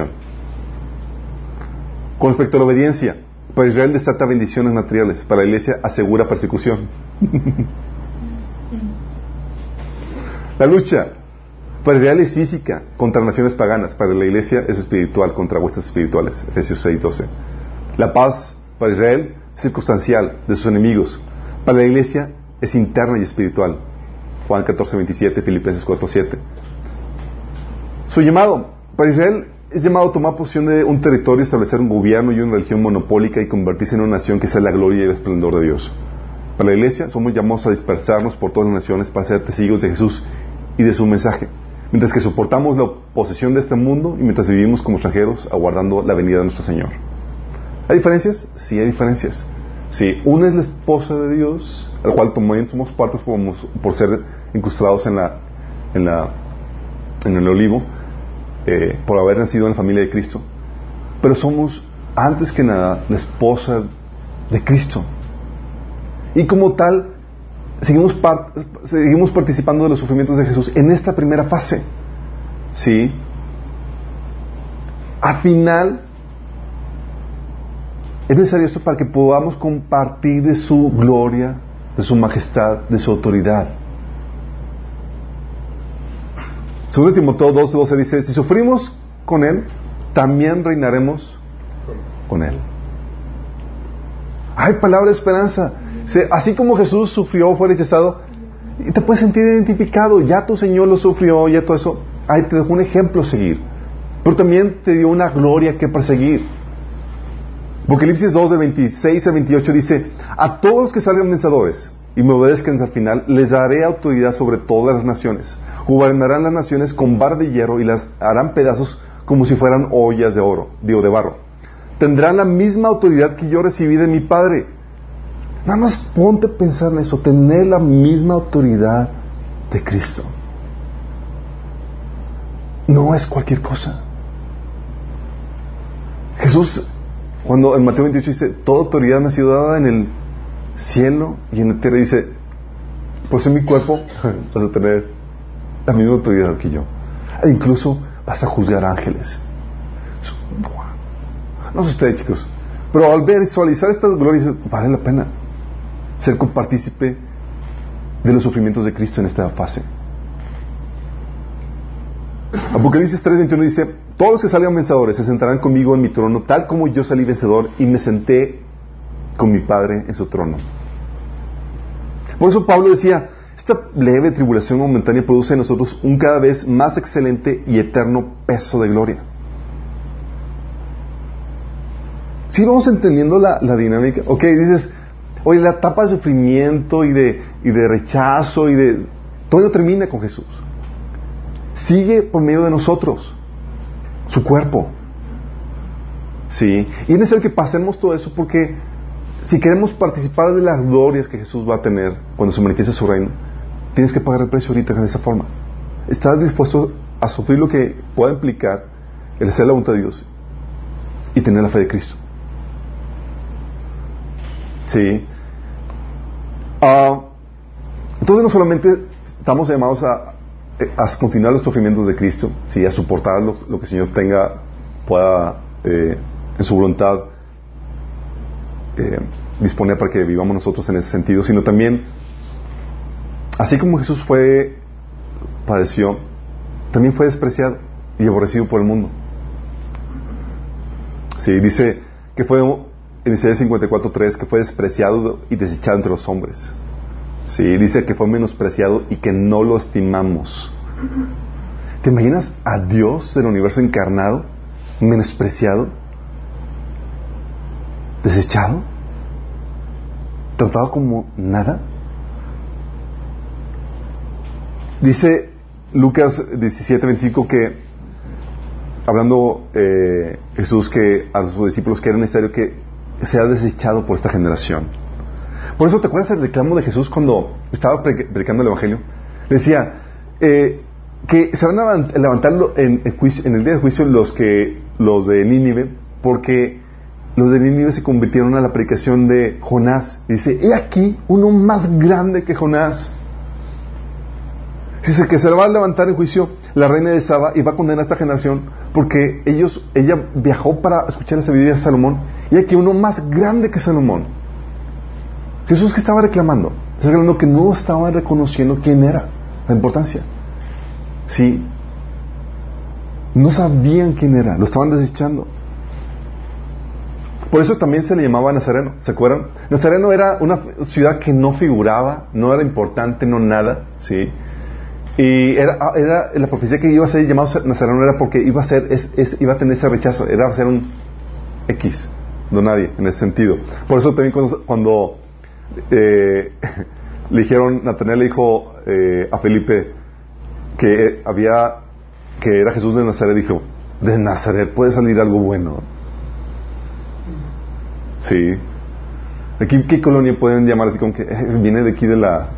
Con respecto a la obediencia, para Israel desata bendiciones materiales, para la iglesia asegura persecución. La lucha, Para Israel es física contra naciones paganas, para la iglesia es espiritual contra huestes espirituales. Efesios seis doce. La paz para Israel es circunstancial de sus enemigos. Para la iglesia es interna y espiritual. Juan catorce veintisiete, Filipenses cuatro siete. Su llamado para Israel es llamado a tomar posesión de un territorio, establecer un gobierno y una religión monopólica y convertirse en una nación que sea la gloria y el esplendor de Dios. Para la iglesia somos llamados a dispersarnos por todas las naciones para ser testigos de Jesús y de su mensaje, mientras que soportamos la oposición de este mundo y mientras vivimos como extranjeros aguardando la venida de nuestro Señor. ¿Hay diferencias? Sí, hay diferencias. Sí, una es la esposa de Dios, al cual también somos partes por, por ser incrustados en la, en la, en el olivo, eh, por haber nacido en la familia de Cristo. Pero somos, antes que nada, la esposa de Cristo. Y como tal, seguimos, part, seguimos participando de los sufrimientos de Jesús en esta primera fase. ¿Sí? Al final, es necesario esto para que podamos compartir de su gloria, de su majestad, de su autoridad. Segundo Timoteo dos doce dice: si sufrimos con Él, también reinaremos con Él. Hay palabra de esperanza. Así como Jesús sufrió, fue rechazado, y te puedes sentir identificado. Ya tu Señor lo sufrió, ya todo eso. Ahí te dejó un ejemplo a seguir. Pero también te dio una gloria que perseguir. Apocalipsis dos, de veintiséis a veintiocho dice: a todos los que salgan vencedores y me obedezcan al final, les daré autoridad sobre todas las naciones. Gobernarán las naciones con vara de hierro y las harán pedazos como si fueran ollas de oro, digo, de barro. Tendrán la misma autoridad que yo recibí de mi Padre. Nada más ponte a pensar en eso, tener la misma autoridad de Cristo. No es cualquier cosa. Jesús, cuando en Mateo veintiocho dice: toda autoridad me ha sido dada en el cielo y en la tierra, dice: por ser mi cuerpo vas a tener la misma autoridad que yo. E incluso vas a juzgar ángeles. No sé ustedes, chicos, pero al ver, visualizar estas glorias, vale la pena ser compartícipe de los sufrimientos de Cristo en esta fase. Apocalipsis tres veintiuno dice: todos los que salgan vencedores se sentarán conmigo en mi trono, tal como yo salí vencedor y me senté con mi Padre en su trono. Por eso Pablo decía: esta leve tribulación momentánea produce en nosotros un cada vez más excelente y eterno peso de gloria. Si vamos entendiendo la, la dinámica, ok, dices: oye, la etapa de sufrimiento y de, y de rechazo y de... todo no termina con Jesús. Sigue por medio de nosotros, su cuerpo. Sí, y es necesario que pasemos todo eso, porque si queremos participar de las glorias que Jesús va a tener cuando se manifieste su reino, tienes que pagar el precio ahorita de esa forma. ¿Estás dispuesto a sufrir lo que pueda implicar el hacer la voluntad de Dios y tener la fe de Cristo? Sí. Uh, entonces no solamente estamos llamados a, a continuar los sufrimientos de Cristo, sí, a soportar los, lo que el Señor tenga, pueda eh, en su voluntad eh, disponer para que vivamos nosotros en ese sentido, sino también, así como Jesús fue, padeció, también fue despreciado y aborrecido por el mundo. Sí, dice que fue en Isaías cincuenta y cuatro tres, que fue despreciado y desechado entre los hombres. Sí, dice que fue menospreciado y que no lo estimamos. ¿Te imaginas a Dios del universo encarnado, menospreciado, desechado, tratado como nada? Dice Lucas diecisiete veinticinco que, hablando eh, Jesús que a sus discípulos, que era necesario que sea desechado por esta generación. Por eso, ¿te acuerdas el reclamo de Jesús cuando estaba predicando el Evangelio? Decía eh, que se van a levantar en el, juicio, en el día del juicio los que los de Nínive, porque los de Nínive se convirtieron a la predicación de Jonás. Dice: he aquí uno más grande que Jonás. Dice que se va a levantar en juicio la reina de Saba y va a condenar a esta generación porque ellos, ella viajó para escuchar la sabiduría de Salomón, y aquí uno más grande que Salomón. Jesús, que estaba reclamando, está reclamando que no estaban reconociendo quién era, la importancia. Sí. No sabían quién era, lo estaban desechando. Por eso también se le llamaba Nazareno, ¿se acuerdan? Nazareno era una ciudad que no figuraba, no era importante, no nada, ¿sí? Y era, era la profecía que iba a ser llamado Nazareno era porque iba a ser, es, es, iba a tener ese rechazo, era a ser un X, no nadie, en ese sentido. Por eso también cuando, cuando eh, le dijeron, Natanael le dijo eh, a Felipe que había, que era Jesús de Nazaret, dijo, de Nazaret puede salir algo bueno. Sí. Aquí, ¿qué colonia pueden llamar así como que eh, viene de aquí de la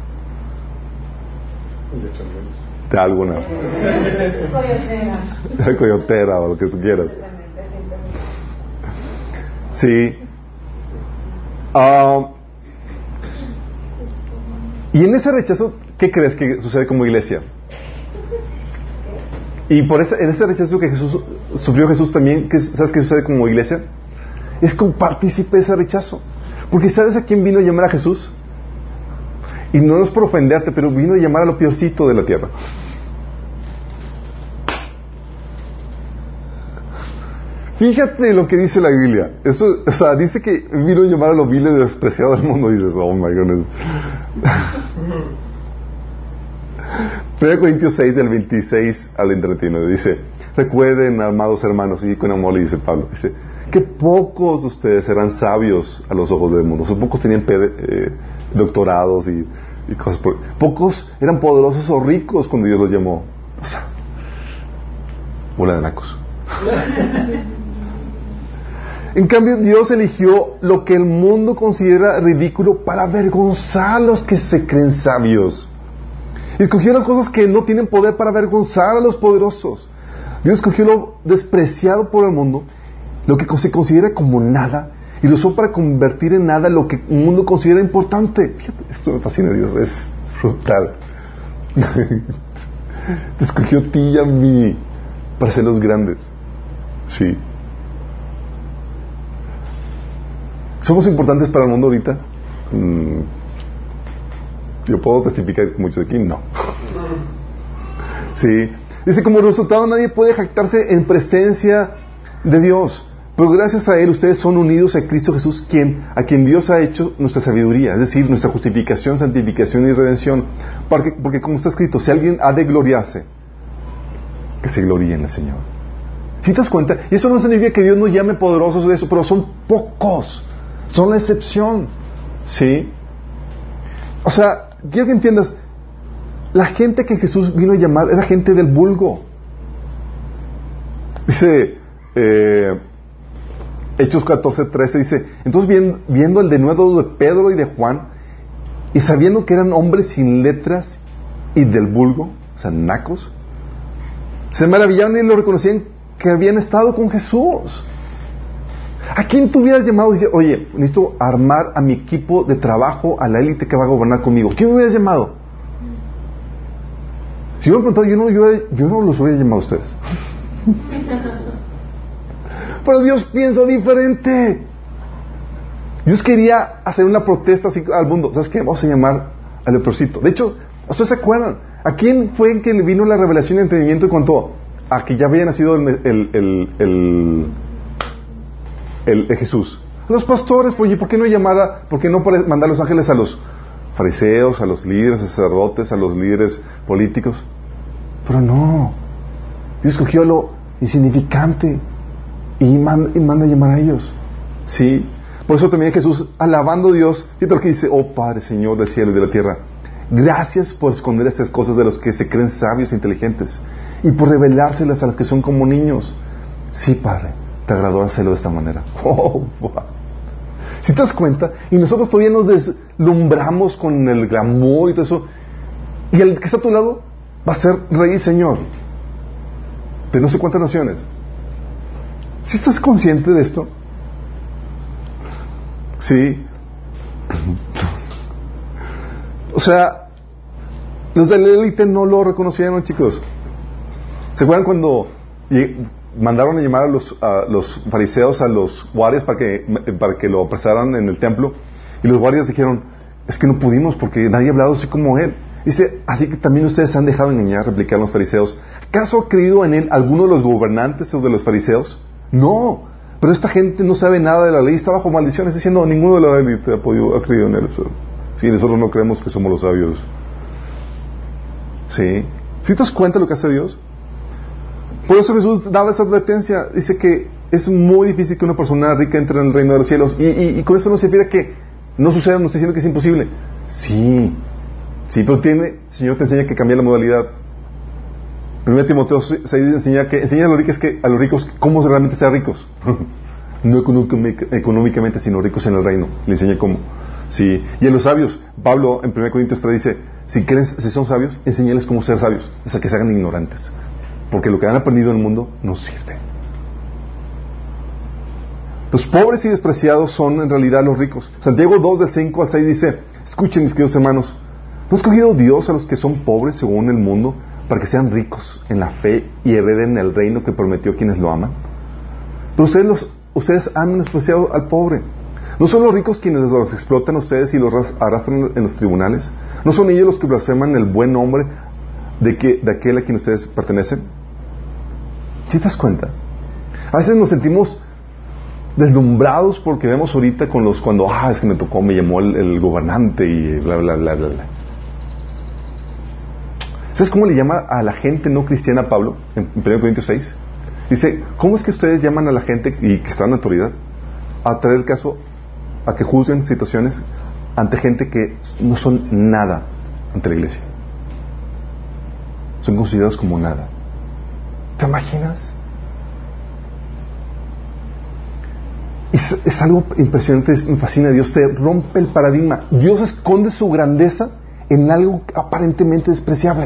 de alguna Coyotera. de Coyotera o lo que tú quieras? Sí. Uh, y en ese rechazo, ¿qué crees que sucede como iglesia? Y por ese, en ese rechazo que Jesús sufrió Jesús también, ¿qué, ¿sabes qué sucede como iglesia? Es como partícipe de ese rechazo. Porque ¿sabes a quién vino a llamar a Jesús? Y no es por ofenderte, pero vino a llamar a lo peorcito de la tierra. Fíjate lo que dice la Biblia. Eso, o sea, dice que vino a llamar a lo vil y despreciado del mundo. Y dices, oh my goodness. primero Corintios seis, del veintiséis al treinta y nueve, dice, recuerden, amados hermanos, y con amor le dice Pablo, dice, que pocos de ustedes eran sabios a los ojos del mundo. O sea, pocos tenían pede, eh, doctorados y, y cosas por... Pocos eran poderosos o ricos cuando Dios los llamó. O sea, bola de nacos. En cambio, Dios eligió lo que el mundo considera ridículo para avergonzar a los que se creen sabios. Y escogió las cosas que no tienen poder para avergonzar a los poderosos. Dios escogió lo despreciado por el mundo, lo que se considera como nada, y lo usó para convertir en nada lo que el mundo considera importante. Fíjate, esto me fascina, Dios, es brutal. Te escogió a ti y a mí para ser los grandes. Sí. ¿Somos importantes para el mundo ahorita? Mm. Yo puedo testificar mucho de aquí, no. Sí. Dice, como resultado nadie puede jactarse en presencia de Dios, pero gracias a Él ustedes son unidos a Cristo Jesús, quien, a quien Dios ha hecho nuestra sabiduría, es decir, nuestra justificación, santificación y redención, porque, porque como está escrito, si alguien ha de gloriarse, que se gloríe en el Señor. ¿Sí te das cuenta? Y eso no significa que Dios nos llame poderosos de eso, pero son pocos, son la excepción. ¿Sí? O sea, quiero que entiendas, la gente que Jesús vino a llamar era gente del vulgo. Dice eh, Hechos catorce trece, dice, entonces viendo, viendo el denuedo de Pedro y de Juan, y sabiendo que eran hombres sin letras y del vulgo, o sea, nacos, se maravillaron y lo reconocían que habían estado con Jesús. ¿A quién tú hubieras llamado y dije, oye, necesito armar a mi equipo de trabajo, a la élite que va a gobernar conmigo? ¿Quién me hubieras llamado? Si me hubieran preguntado, yo no, yo, yo no los hubiera llamado a ustedes. Pero Dios piensa diferente. Dios quería hacer una protesta así al mundo. ¿Sabes qué? Vamos a llamar al leprosito. De hecho, ¿ustedes se acuerdan? ¿A quién fue en que le vino la revelación y entendimiento en cuanto a que ya había nacido el, el, el, el, el, el Jesús? Los pastores, oye, ¿por qué no llamar, por qué no mandar los ángeles a los fariseos, a los líderes, sacerdotes, a los líderes políticos? Pero no. Dios escogió lo insignificante y manda, y manda a llamar a ellos. Sí. Por eso también Jesús, alabando a Dios, fíjate lo que dice, oh Padre, Señor del cielo y de la tierra, gracias por esconder estas cosas de los que se creen sabios e inteligentes y por revelárselas a los que son como niños. Sí, Padre, te agradó hacerlo de esta manera. Oh, wow. Si te das cuenta, y nosotros todavía nos deslumbramos con el glamour y todo eso, y el que está a tu lado va a ser rey y señor de no sé cuántas naciones. ¿Sí estás consciente de esto? Sí. O sea, los de la élite no lo reconocieron, chicos. ¿Se acuerdan cuando mandaron a llamar a los, a los fariseos, a los guardias para que, para que lo apresaran en el templo? Y los guardias dijeron, es que no pudimos porque nadie ha hablado así como él. Dice, así que también ustedes se han dejado engañar, replicaron los fariseos. ¿Acaso ha creído en él alguno de los gobernantes o de los fariseos? No, pero esta gente no sabe nada de la ley, está bajo maldición, está diciendo, ninguno de la élite ha, podido, ha creído en él. Sí, nosotros no creemos que somos los sabios. Sí. ¿Sí te das cuenta de lo que hace Dios? Por eso Jesús daba esa advertencia. Dice que es muy difícil que una persona rica entre en el reino de los cielos. Y, y, y con eso no se refiere a que no suceda, no estoy diciendo que es imposible. Sí, sí, pero tiene, el Señor te enseña que cambia la modalidad. Primero Timoteo seis enseña que enseña a los ricos que a los ricos cómo realmente ser ricos. No económicamente, sino ricos en el reino. Le enseña cómo. Sí. Y a los sabios, Pablo en primero Corintios tres dice, si quieren, si son sabios, enséñales cómo ser sabios, hasta que se hagan ignorantes. Porque lo que han aprendido en el mundo no sirve. Los pobres y despreciados son en realidad los ricos. Santiago dos del cinco al seis dice, escuchen mis queridos hermanos, ¿no ha escogido Dios a los que son pobres según el mundo para que sean ricos en la fe y hereden el reino que prometió a quienes lo aman? Pero ustedes, los, ustedes han menospreciado al pobre. ¿No son los ricos quienes los explotan a ustedes y los arrastran en los tribunales? ¿No son ellos los que blasfeman el buen nombre de, que, de aquel a quien ustedes pertenecen? ¿Sí te das cuenta? A veces nos sentimos deslumbrados porque vemos ahorita con los cuando, ah, es que me tocó, me llamó el, el gobernante y bla, bla, bla, bla, bla. ¿Sabes cómo le llama a la gente no cristiana Pablo en primero Corintios seis? Dice, ¿cómo es que ustedes llaman a la gente y que está en autoridad a traer el caso a que juzguen situaciones ante gente que no son nada ante la iglesia? Son considerados como nada. ¿Te imaginas? Es, es algo impresionante, me fascina. Dios te rompe el paradigma. Dios esconde su grandeza en algo aparentemente despreciable.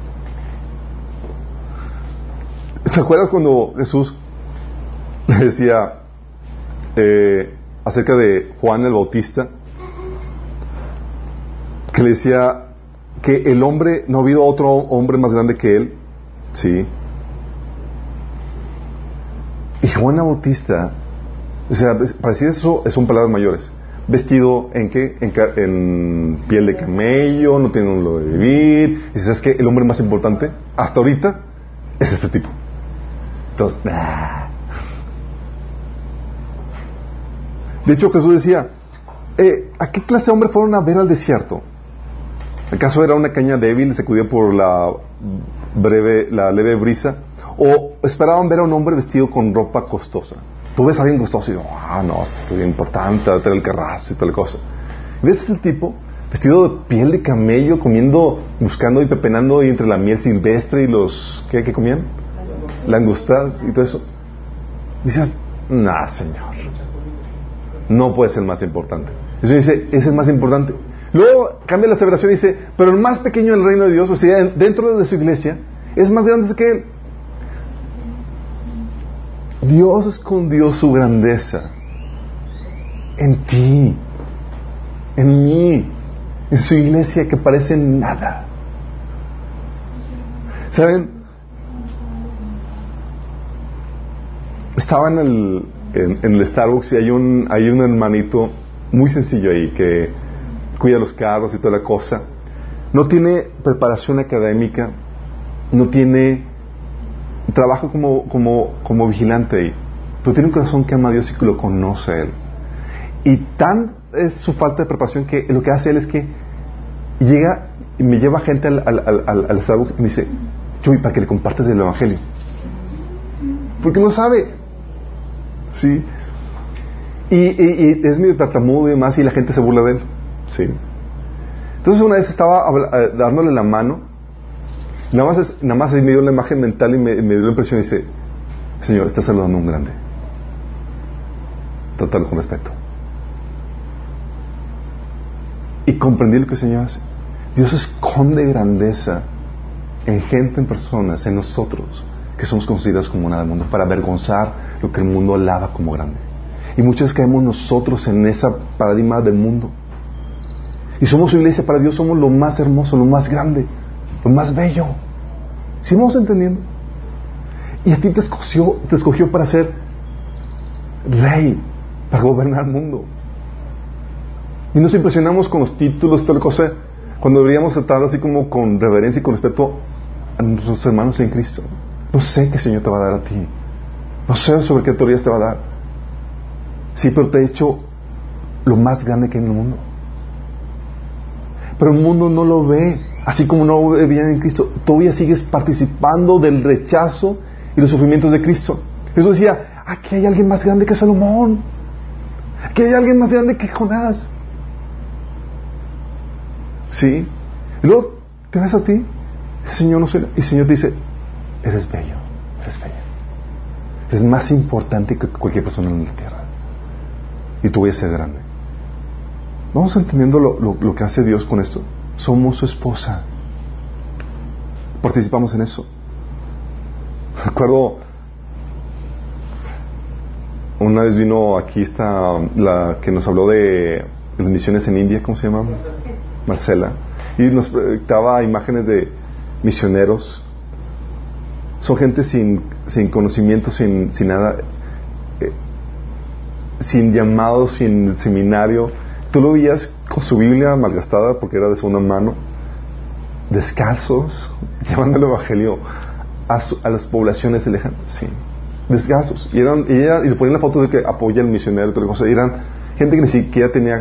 ¿Te acuerdas cuando Jesús le decía eh, acerca de Juan el Bautista, que le decía que el hombre, no ha habido otro hombre más grande que él? Sí. Y Juan el Bautista, o sea, para decir eso son palabras mayores. Vestido en qué? En, en piel de camello, no tiene lo de vivir. Y sabes que el hombre más importante hasta ahorita es este tipo. Entonces, nah. De hecho Jesús decía, eh, ¿a qué clase de hombre fueron a ver al desierto? ¿Acaso era una caña débil, sacudida por la breve, la leve brisa? ¿O esperaban ver a un hombre vestido con ropa costosa? Tú ves a alguien costoso y dices, ah, no, esto es importante, traer el carrazo y tal cosa. ¿Ves este tipo vestido de piel de camello, comiendo, buscando y pepenando y entre la miel silvestre y los, ¿qué, qué comían? Langostas y todo eso? Dices, nah, Señor, no puede ser el más importante. Eso dice, es el más importante. Luego cambia la aseveración y dice, pero el más pequeño del reino de Dios, o sea, dentro de su iglesia, es más grande que él. Dios escondió su grandeza en ti, en mí, en su iglesia que parece nada. ¿Saben? Estaba en el, en, en el Starbucks y hay un, hay un hermanito muy sencillo ahí que cuida los carros y toda la cosa. No tiene preparación académica, no tiene trabajo como, como, como vigilante ahí, pero tiene un corazón que ama a Dios y que lo conoce a Él. Y tan es su falta de preparación que lo que hace Él es que llega y me lleva gente al, al, al, al, al Starbucks y me dice, Chuy, para que le compartas el Evangelio. Porque no sabe. Sí. Y, y, y es medio tartamudo y demás y la gente se burla de él. Sí. Entonces una vez estaba uh, dándole la mano. Nada más, es, nada más me dio la imagen mental y me, me dio la impresión y dice, Señor, está saludando a un grande. Trátalo con respeto. Y comprendí lo que el Señor hace. Dios esconde grandeza en gente, en personas, en nosotros, que somos considerados como nada del mundo, para avergonzar lo que el mundo alaba como grande. Y muchas veces caemos nosotros en esa paradigma del mundo. Y somos su iglesia, para Dios somos lo más hermoso, lo más grande, lo más bello. ¿Sí vamos entendiendo? Y a ti te escogió, te escogió para ser rey, para gobernar el mundo. Y nos impresionamos con los títulos, toda la cosa. Cuando deberíamos tratar así como con reverencia y con respeto a nuestros hermanos en Cristo. No sé qué Señor te va a dar a ti. No sé sobre qué autoridad te va a dar. Sí, pero te he hecho lo más grande que hay en el mundo. Pero el mundo no lo ve. Así como no ve bien en Cristo, todavía sigues participando del rechazo y los sufrimientos de Cristo. Jesús decía, aquí hay alguien más grande que Salomón. Aquí hay alguien más grande que Jonás. ¿Sí? Y luego te ves a ti, el Señor, no sé, y el Señor te dice, eres bello, eres bella. Es más importante que cualquier persona en la tierra. Y tú voy a ser grande. ¿Vamos entendiendo lo, lo, lo que hace Dios con esto? Somos su esposa. Participamos en eso. Recuerdo, una vez vino aquí esta, la que nos habló de las misiones en India, ¿cómo se llama? Marcela. Y nos proyectaba imágenes de misioneros. Son gente sin, sin conocimiento, sin, sin nada, eh, sin llamado, sin seminario. Tú lo veías con su Biblia malgastada porque era de segunda mano, descalzos, llevando el Evangelio a, su, a las poblaciones lejanas, sí, descalzos. Y, eran, y, era, y le ponían la foto de que apoya al misionero y toda cosa. Y eran gente que ni siquiera tenía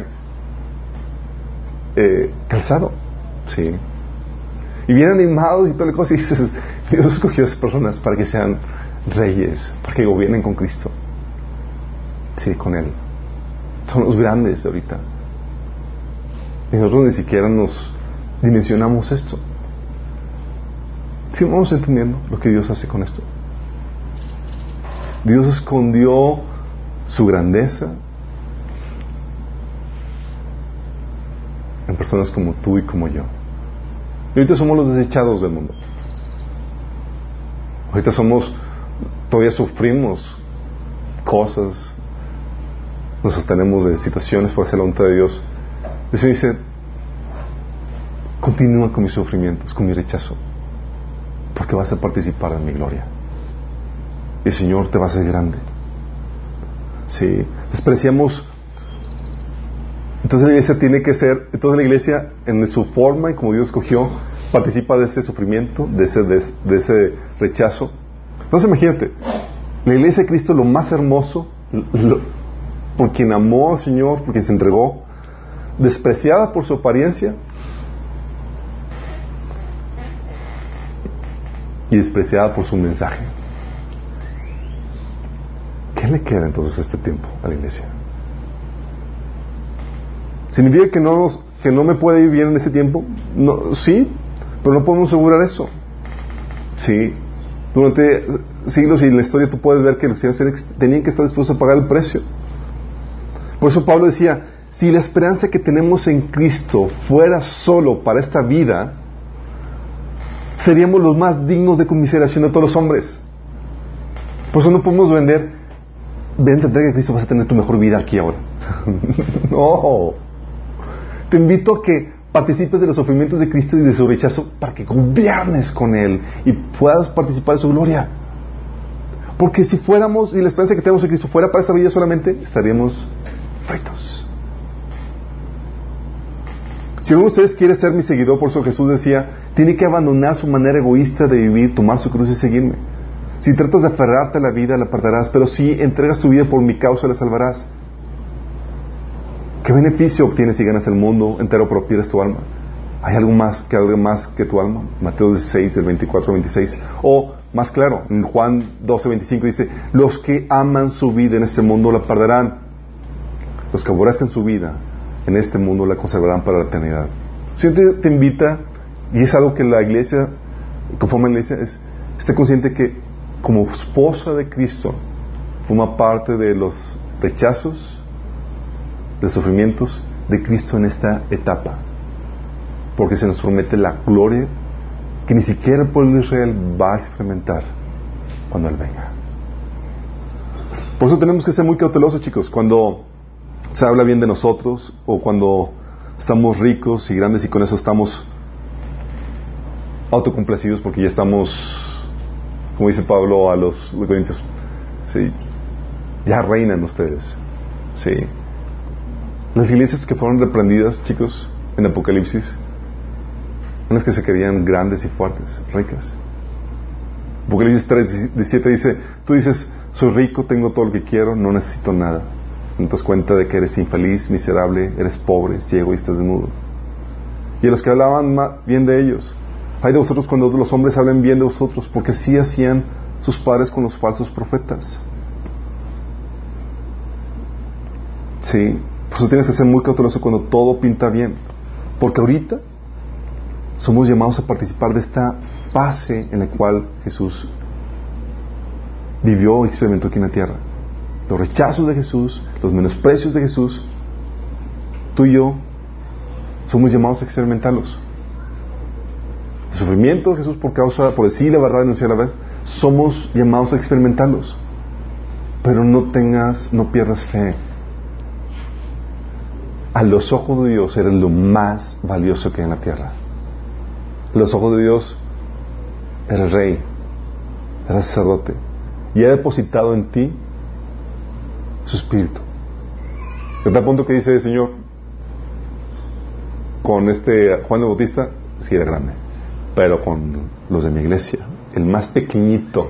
eh, calzado, sí. Y bien animados y toda la cosa. Y dices, Dios escogió a esas personas para que sean reyes, para que gobiernen con Cristo. Sí, con Él. Son los grandes de ahorita. Y nosotros ni siquiera nos dimensionamos esto. ¿Sí vamos entendiendo lo que Dios hace con esto? Dios escondió su grandeza en personas como tú y como yo. Y ahorita somos los desechados del mundo. Ahorita somos, todavía sufrimos cosas, nos sostenemos de situaciones por hacer la voluntad de Dios. El Señor dice, continúa con mis sufrimientos, con mi rechazo, porque vas a participar en mi gloria. Y el Señor te va a hacer grande. Sí, despreciamos. Entonces la iglesia tiene que ser, entonces la iglesia en su forma y como Dios escogió, participa de ese sufrimiento, de ese, de, de ese rechazo. Entonces imagínate, la iglesia de Cristo, lo más hermoso, lo, por quien amó al Señor, por quien se entregó, despreciada por su apariencia y despreciada por su mensaje. ¿Qué le queda entonces a este tiempo a la iglesia? ¿Significa que no, nos, que no me puede ir bien en ese tiempo? No, sí, pero no podemos asegurar eso. Sí, durante siglos y en la historia tú puedes ver que los cristianos tenían que estar dispuestos a pagar el precio. Por eso Pablo decía, si la esperanza que tenemos en Cristo fuera solo para esta vida, seríamos los más dignos de conmiseración de todos los hombres. Por eso no podemos vender, ven, te entrega a Cristo, vas a tener tu mejor vida aquí ahora. No. Te invito a que participes de los sufrimientos de Cristo y de su rechazo para que gobiernes con Él y puedas participar de su gloria. Porque si fuéramos, y la esperanza que tenemos en Cristo fuera para esta vida solamente, estaríamos fritos. Si uno de ustedes quiere ser mi seguidor, por eso Jesús decía, tiene que abandonar su manera egoísta de vivir, tomar su cruz y seguirme. Si tratas de aferrarte a la vida, la perderás, pero si entregas tu vida por mi causa, la salvarás. ¿Qué beneficio obtienes si ganas el mundo entero pero pierdes tu alma? ¿Hay algo más que algo más que tu alma? Mateo dieciséis, del veinticuatro al veintiséis. O, más claro, en Juan doce, veinticinco dice, los que aman su vida en este mundo la perderán. Los que aborrezcan su vida en este mundo la conservarán para la eternidad. El Señor te, te invita, y es algo que la iglesia, conforme a la iglesia, es, esté consciente que como esposa de Cristo forma parte de los rechazos, de sufrimientos de Cristo en esta etapa, porque se nos promete la gloria que ni siquiera el pueblo de Israel va a experimentar cuando Él venga. Por eso tenemos que ser muy cautelosos, chicos, cuando se habla bien de nosotros o cuando estamos ricos y grandes y con eso estamos autocomplacidos porque ya estamos, como dice Pablo a los corintios, sí, ya reinan ustedes, sí. Las iglesias que fueron reprendidas, chicos, en Apocalipsis, unas que se creían grandes y fuertes, ricas. Apocalipsis tres diecisiete dice, tú dices, soy rico, tengo todo lo que quiero, no necesito nada. No te das cuenta de que eres infeliz, miserable, eres pobre, ciego y estás desnudo. Y a los que hablaban bien de ellos, ay de vosotros cuando los hombres hablen bien de vosotros, porque así hacían sus padres con los falsos profetas. Sí, por eso tienes que ser muy cauteloso cuando todo pinta bien, porque ahorita somos llamados a participar de esta fase en la cual Jesús vivió y experimentó aquí en la tierra. Los rechazos de Jesús, los menosprecios de Jesús, tú y yo somos llamados a experimentarlos. El sufrimiento de Jesús por causa, por decir la verdad y denunciar la verdad, somos llamados a experimentarlos. Pero no tengas, no pierdas fe. A los ojos de Dios eres lo más valioso que hay en la tierra. A los ojos de Dios eres rey, eres sacerdote, y ha depositado en ti su espíritu. De tal punto que dice el Señor con este Juan el Bautista, sí era grande, pero con los de mi iglesia, el más pequeñito,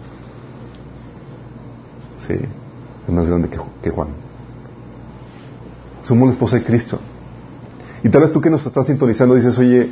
sí, es más grande que, que Juan. Somos la esposa de Cristo. Y tal vez tú que nos estás sintonizando dices, oye,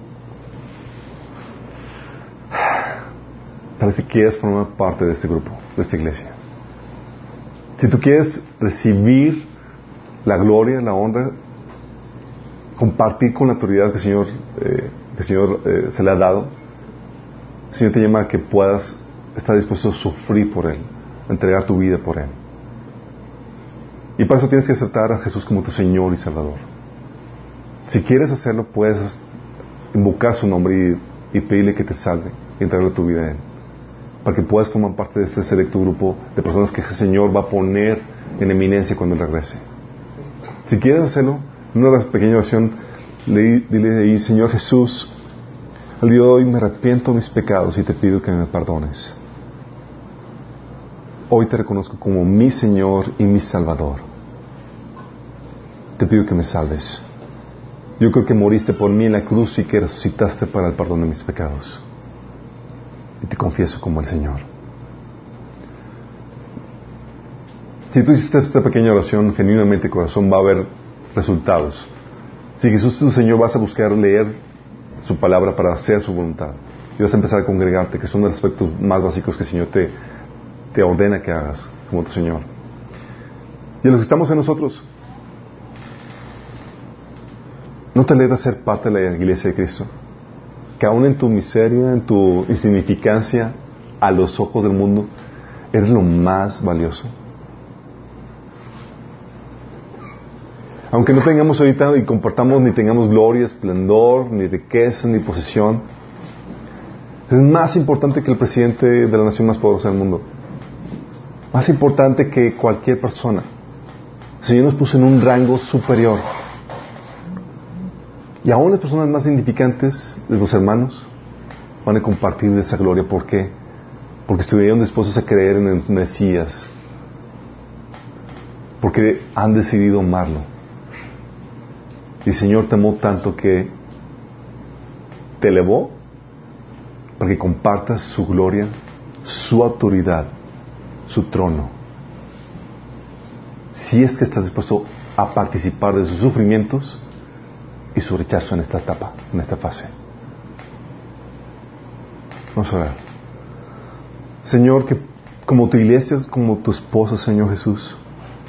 tal vez si quieres formar parte de este grupo, de esta iglesia. Si tú quieres recibir la gloria, la honra, compartir con la autoridad que el Señor, eh, que el Señor eh, se le ha dado, el Señor te llama a que puedas estar dispuesto a sufrir por Él, a entregar tu vida por Él. Y para eso tienes que aceptar a Jesús como tu Señor y Salvador. Si quieres hacerlo, puedes invocar su nombre y, y pedirle que te salve y entregarle tu vida a Él, para que puedas formar parte de este selecto grupo de personas que el Señor va a poner en eminencia cuando Él regrese. Si quieres hacerlo, en una pequeña oración, dile ahí, Señor Jesús, el día de hoy me arrepiento de mis pecados y te pido que me perdones. Hoy te reconozco como mi Señor y mi Salvador. Te pido que me salves. Yo creo que moriste por mí en la cruz y que resucitaste para el perdón de mis pecados. Y te confieso como el Señor. Si tú hiciste esta pequeña oración genuinamente, corazón, va a haber resultados. Si Jesús tu Señor, vas a buscar leer su palabra para hacer su voluntad. Y vas a empezar a congregarte, que son los aspectos más básicos que el Señor te, te ordena que hagas como tu Señor. Y a los que estamos en nosotros, ¿no te alegra ser parte de la iglesia de Cristo? Que aún en tu miseria, en tu insignificancia, a los ojos del mundo, eres lo más valioso. Aunque no tengamos ahorita y compartamos, ni tengamos gloria, esplendor, ni riqueza, ni posesión, es más importante que el presidente de la nación más poderosa del mundo. Más importante que cualquier persona. El Señor nos puso en un rango superior. Y aún las personas más insignificantes de los hermanos van a compartir de esa gloria. ¿Por qué? Porque estuvieron dispuestos a creer en el Mesías. Porque han decidido amarlo. Y el Señor te amó tanto que te elevó para que compartas su gloria, su autoridad, su trono. Si es que estás dispuesto a participar de sus sufrimientos y su rechazo en esta etapa, en esta fase. Vamos a orar. Señor, que como tu iglesia, como tu esposa, Señor Jesús,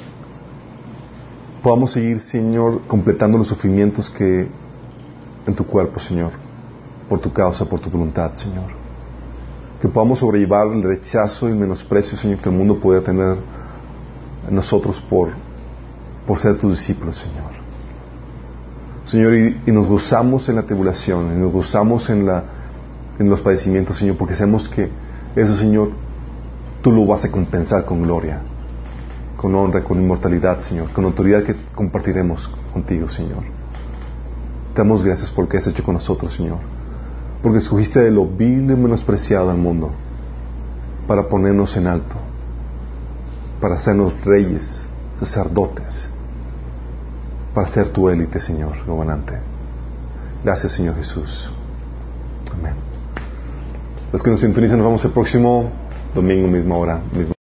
podamos seguir, Señor, completando los sufrimientos que en tu cuerpo, Señor, por tu causa, por tu voluntad, Señor. Que podamos sobrellevar el rechazo y el menosprecio, Señor, que el mundo pueda tener en nosotros por, por ser tus discípulos, Señor. Señor, y, y nos gozamos en la tribulación, y nos gozamos en, la, en los padecimientos, Señor, porque sabemos que eso, Señor, tú lo vas a compensar con gloria, con honra, con inmortalidad, Señor, con autoridad que compartiremos contigo, Señor. Te damos gracias por lo que has hecho con nosotros, Señor, porque escogiste de lo vil y menospreciado al mundo para ponernos en alto, para hacernos reyes, sacerdotes, para ser tu élite, Señor, gobernante. Gracias, Señor Jesús. Amén. Los que nos sintonizan, nos vemos el próximo domingo, misma hora, mismo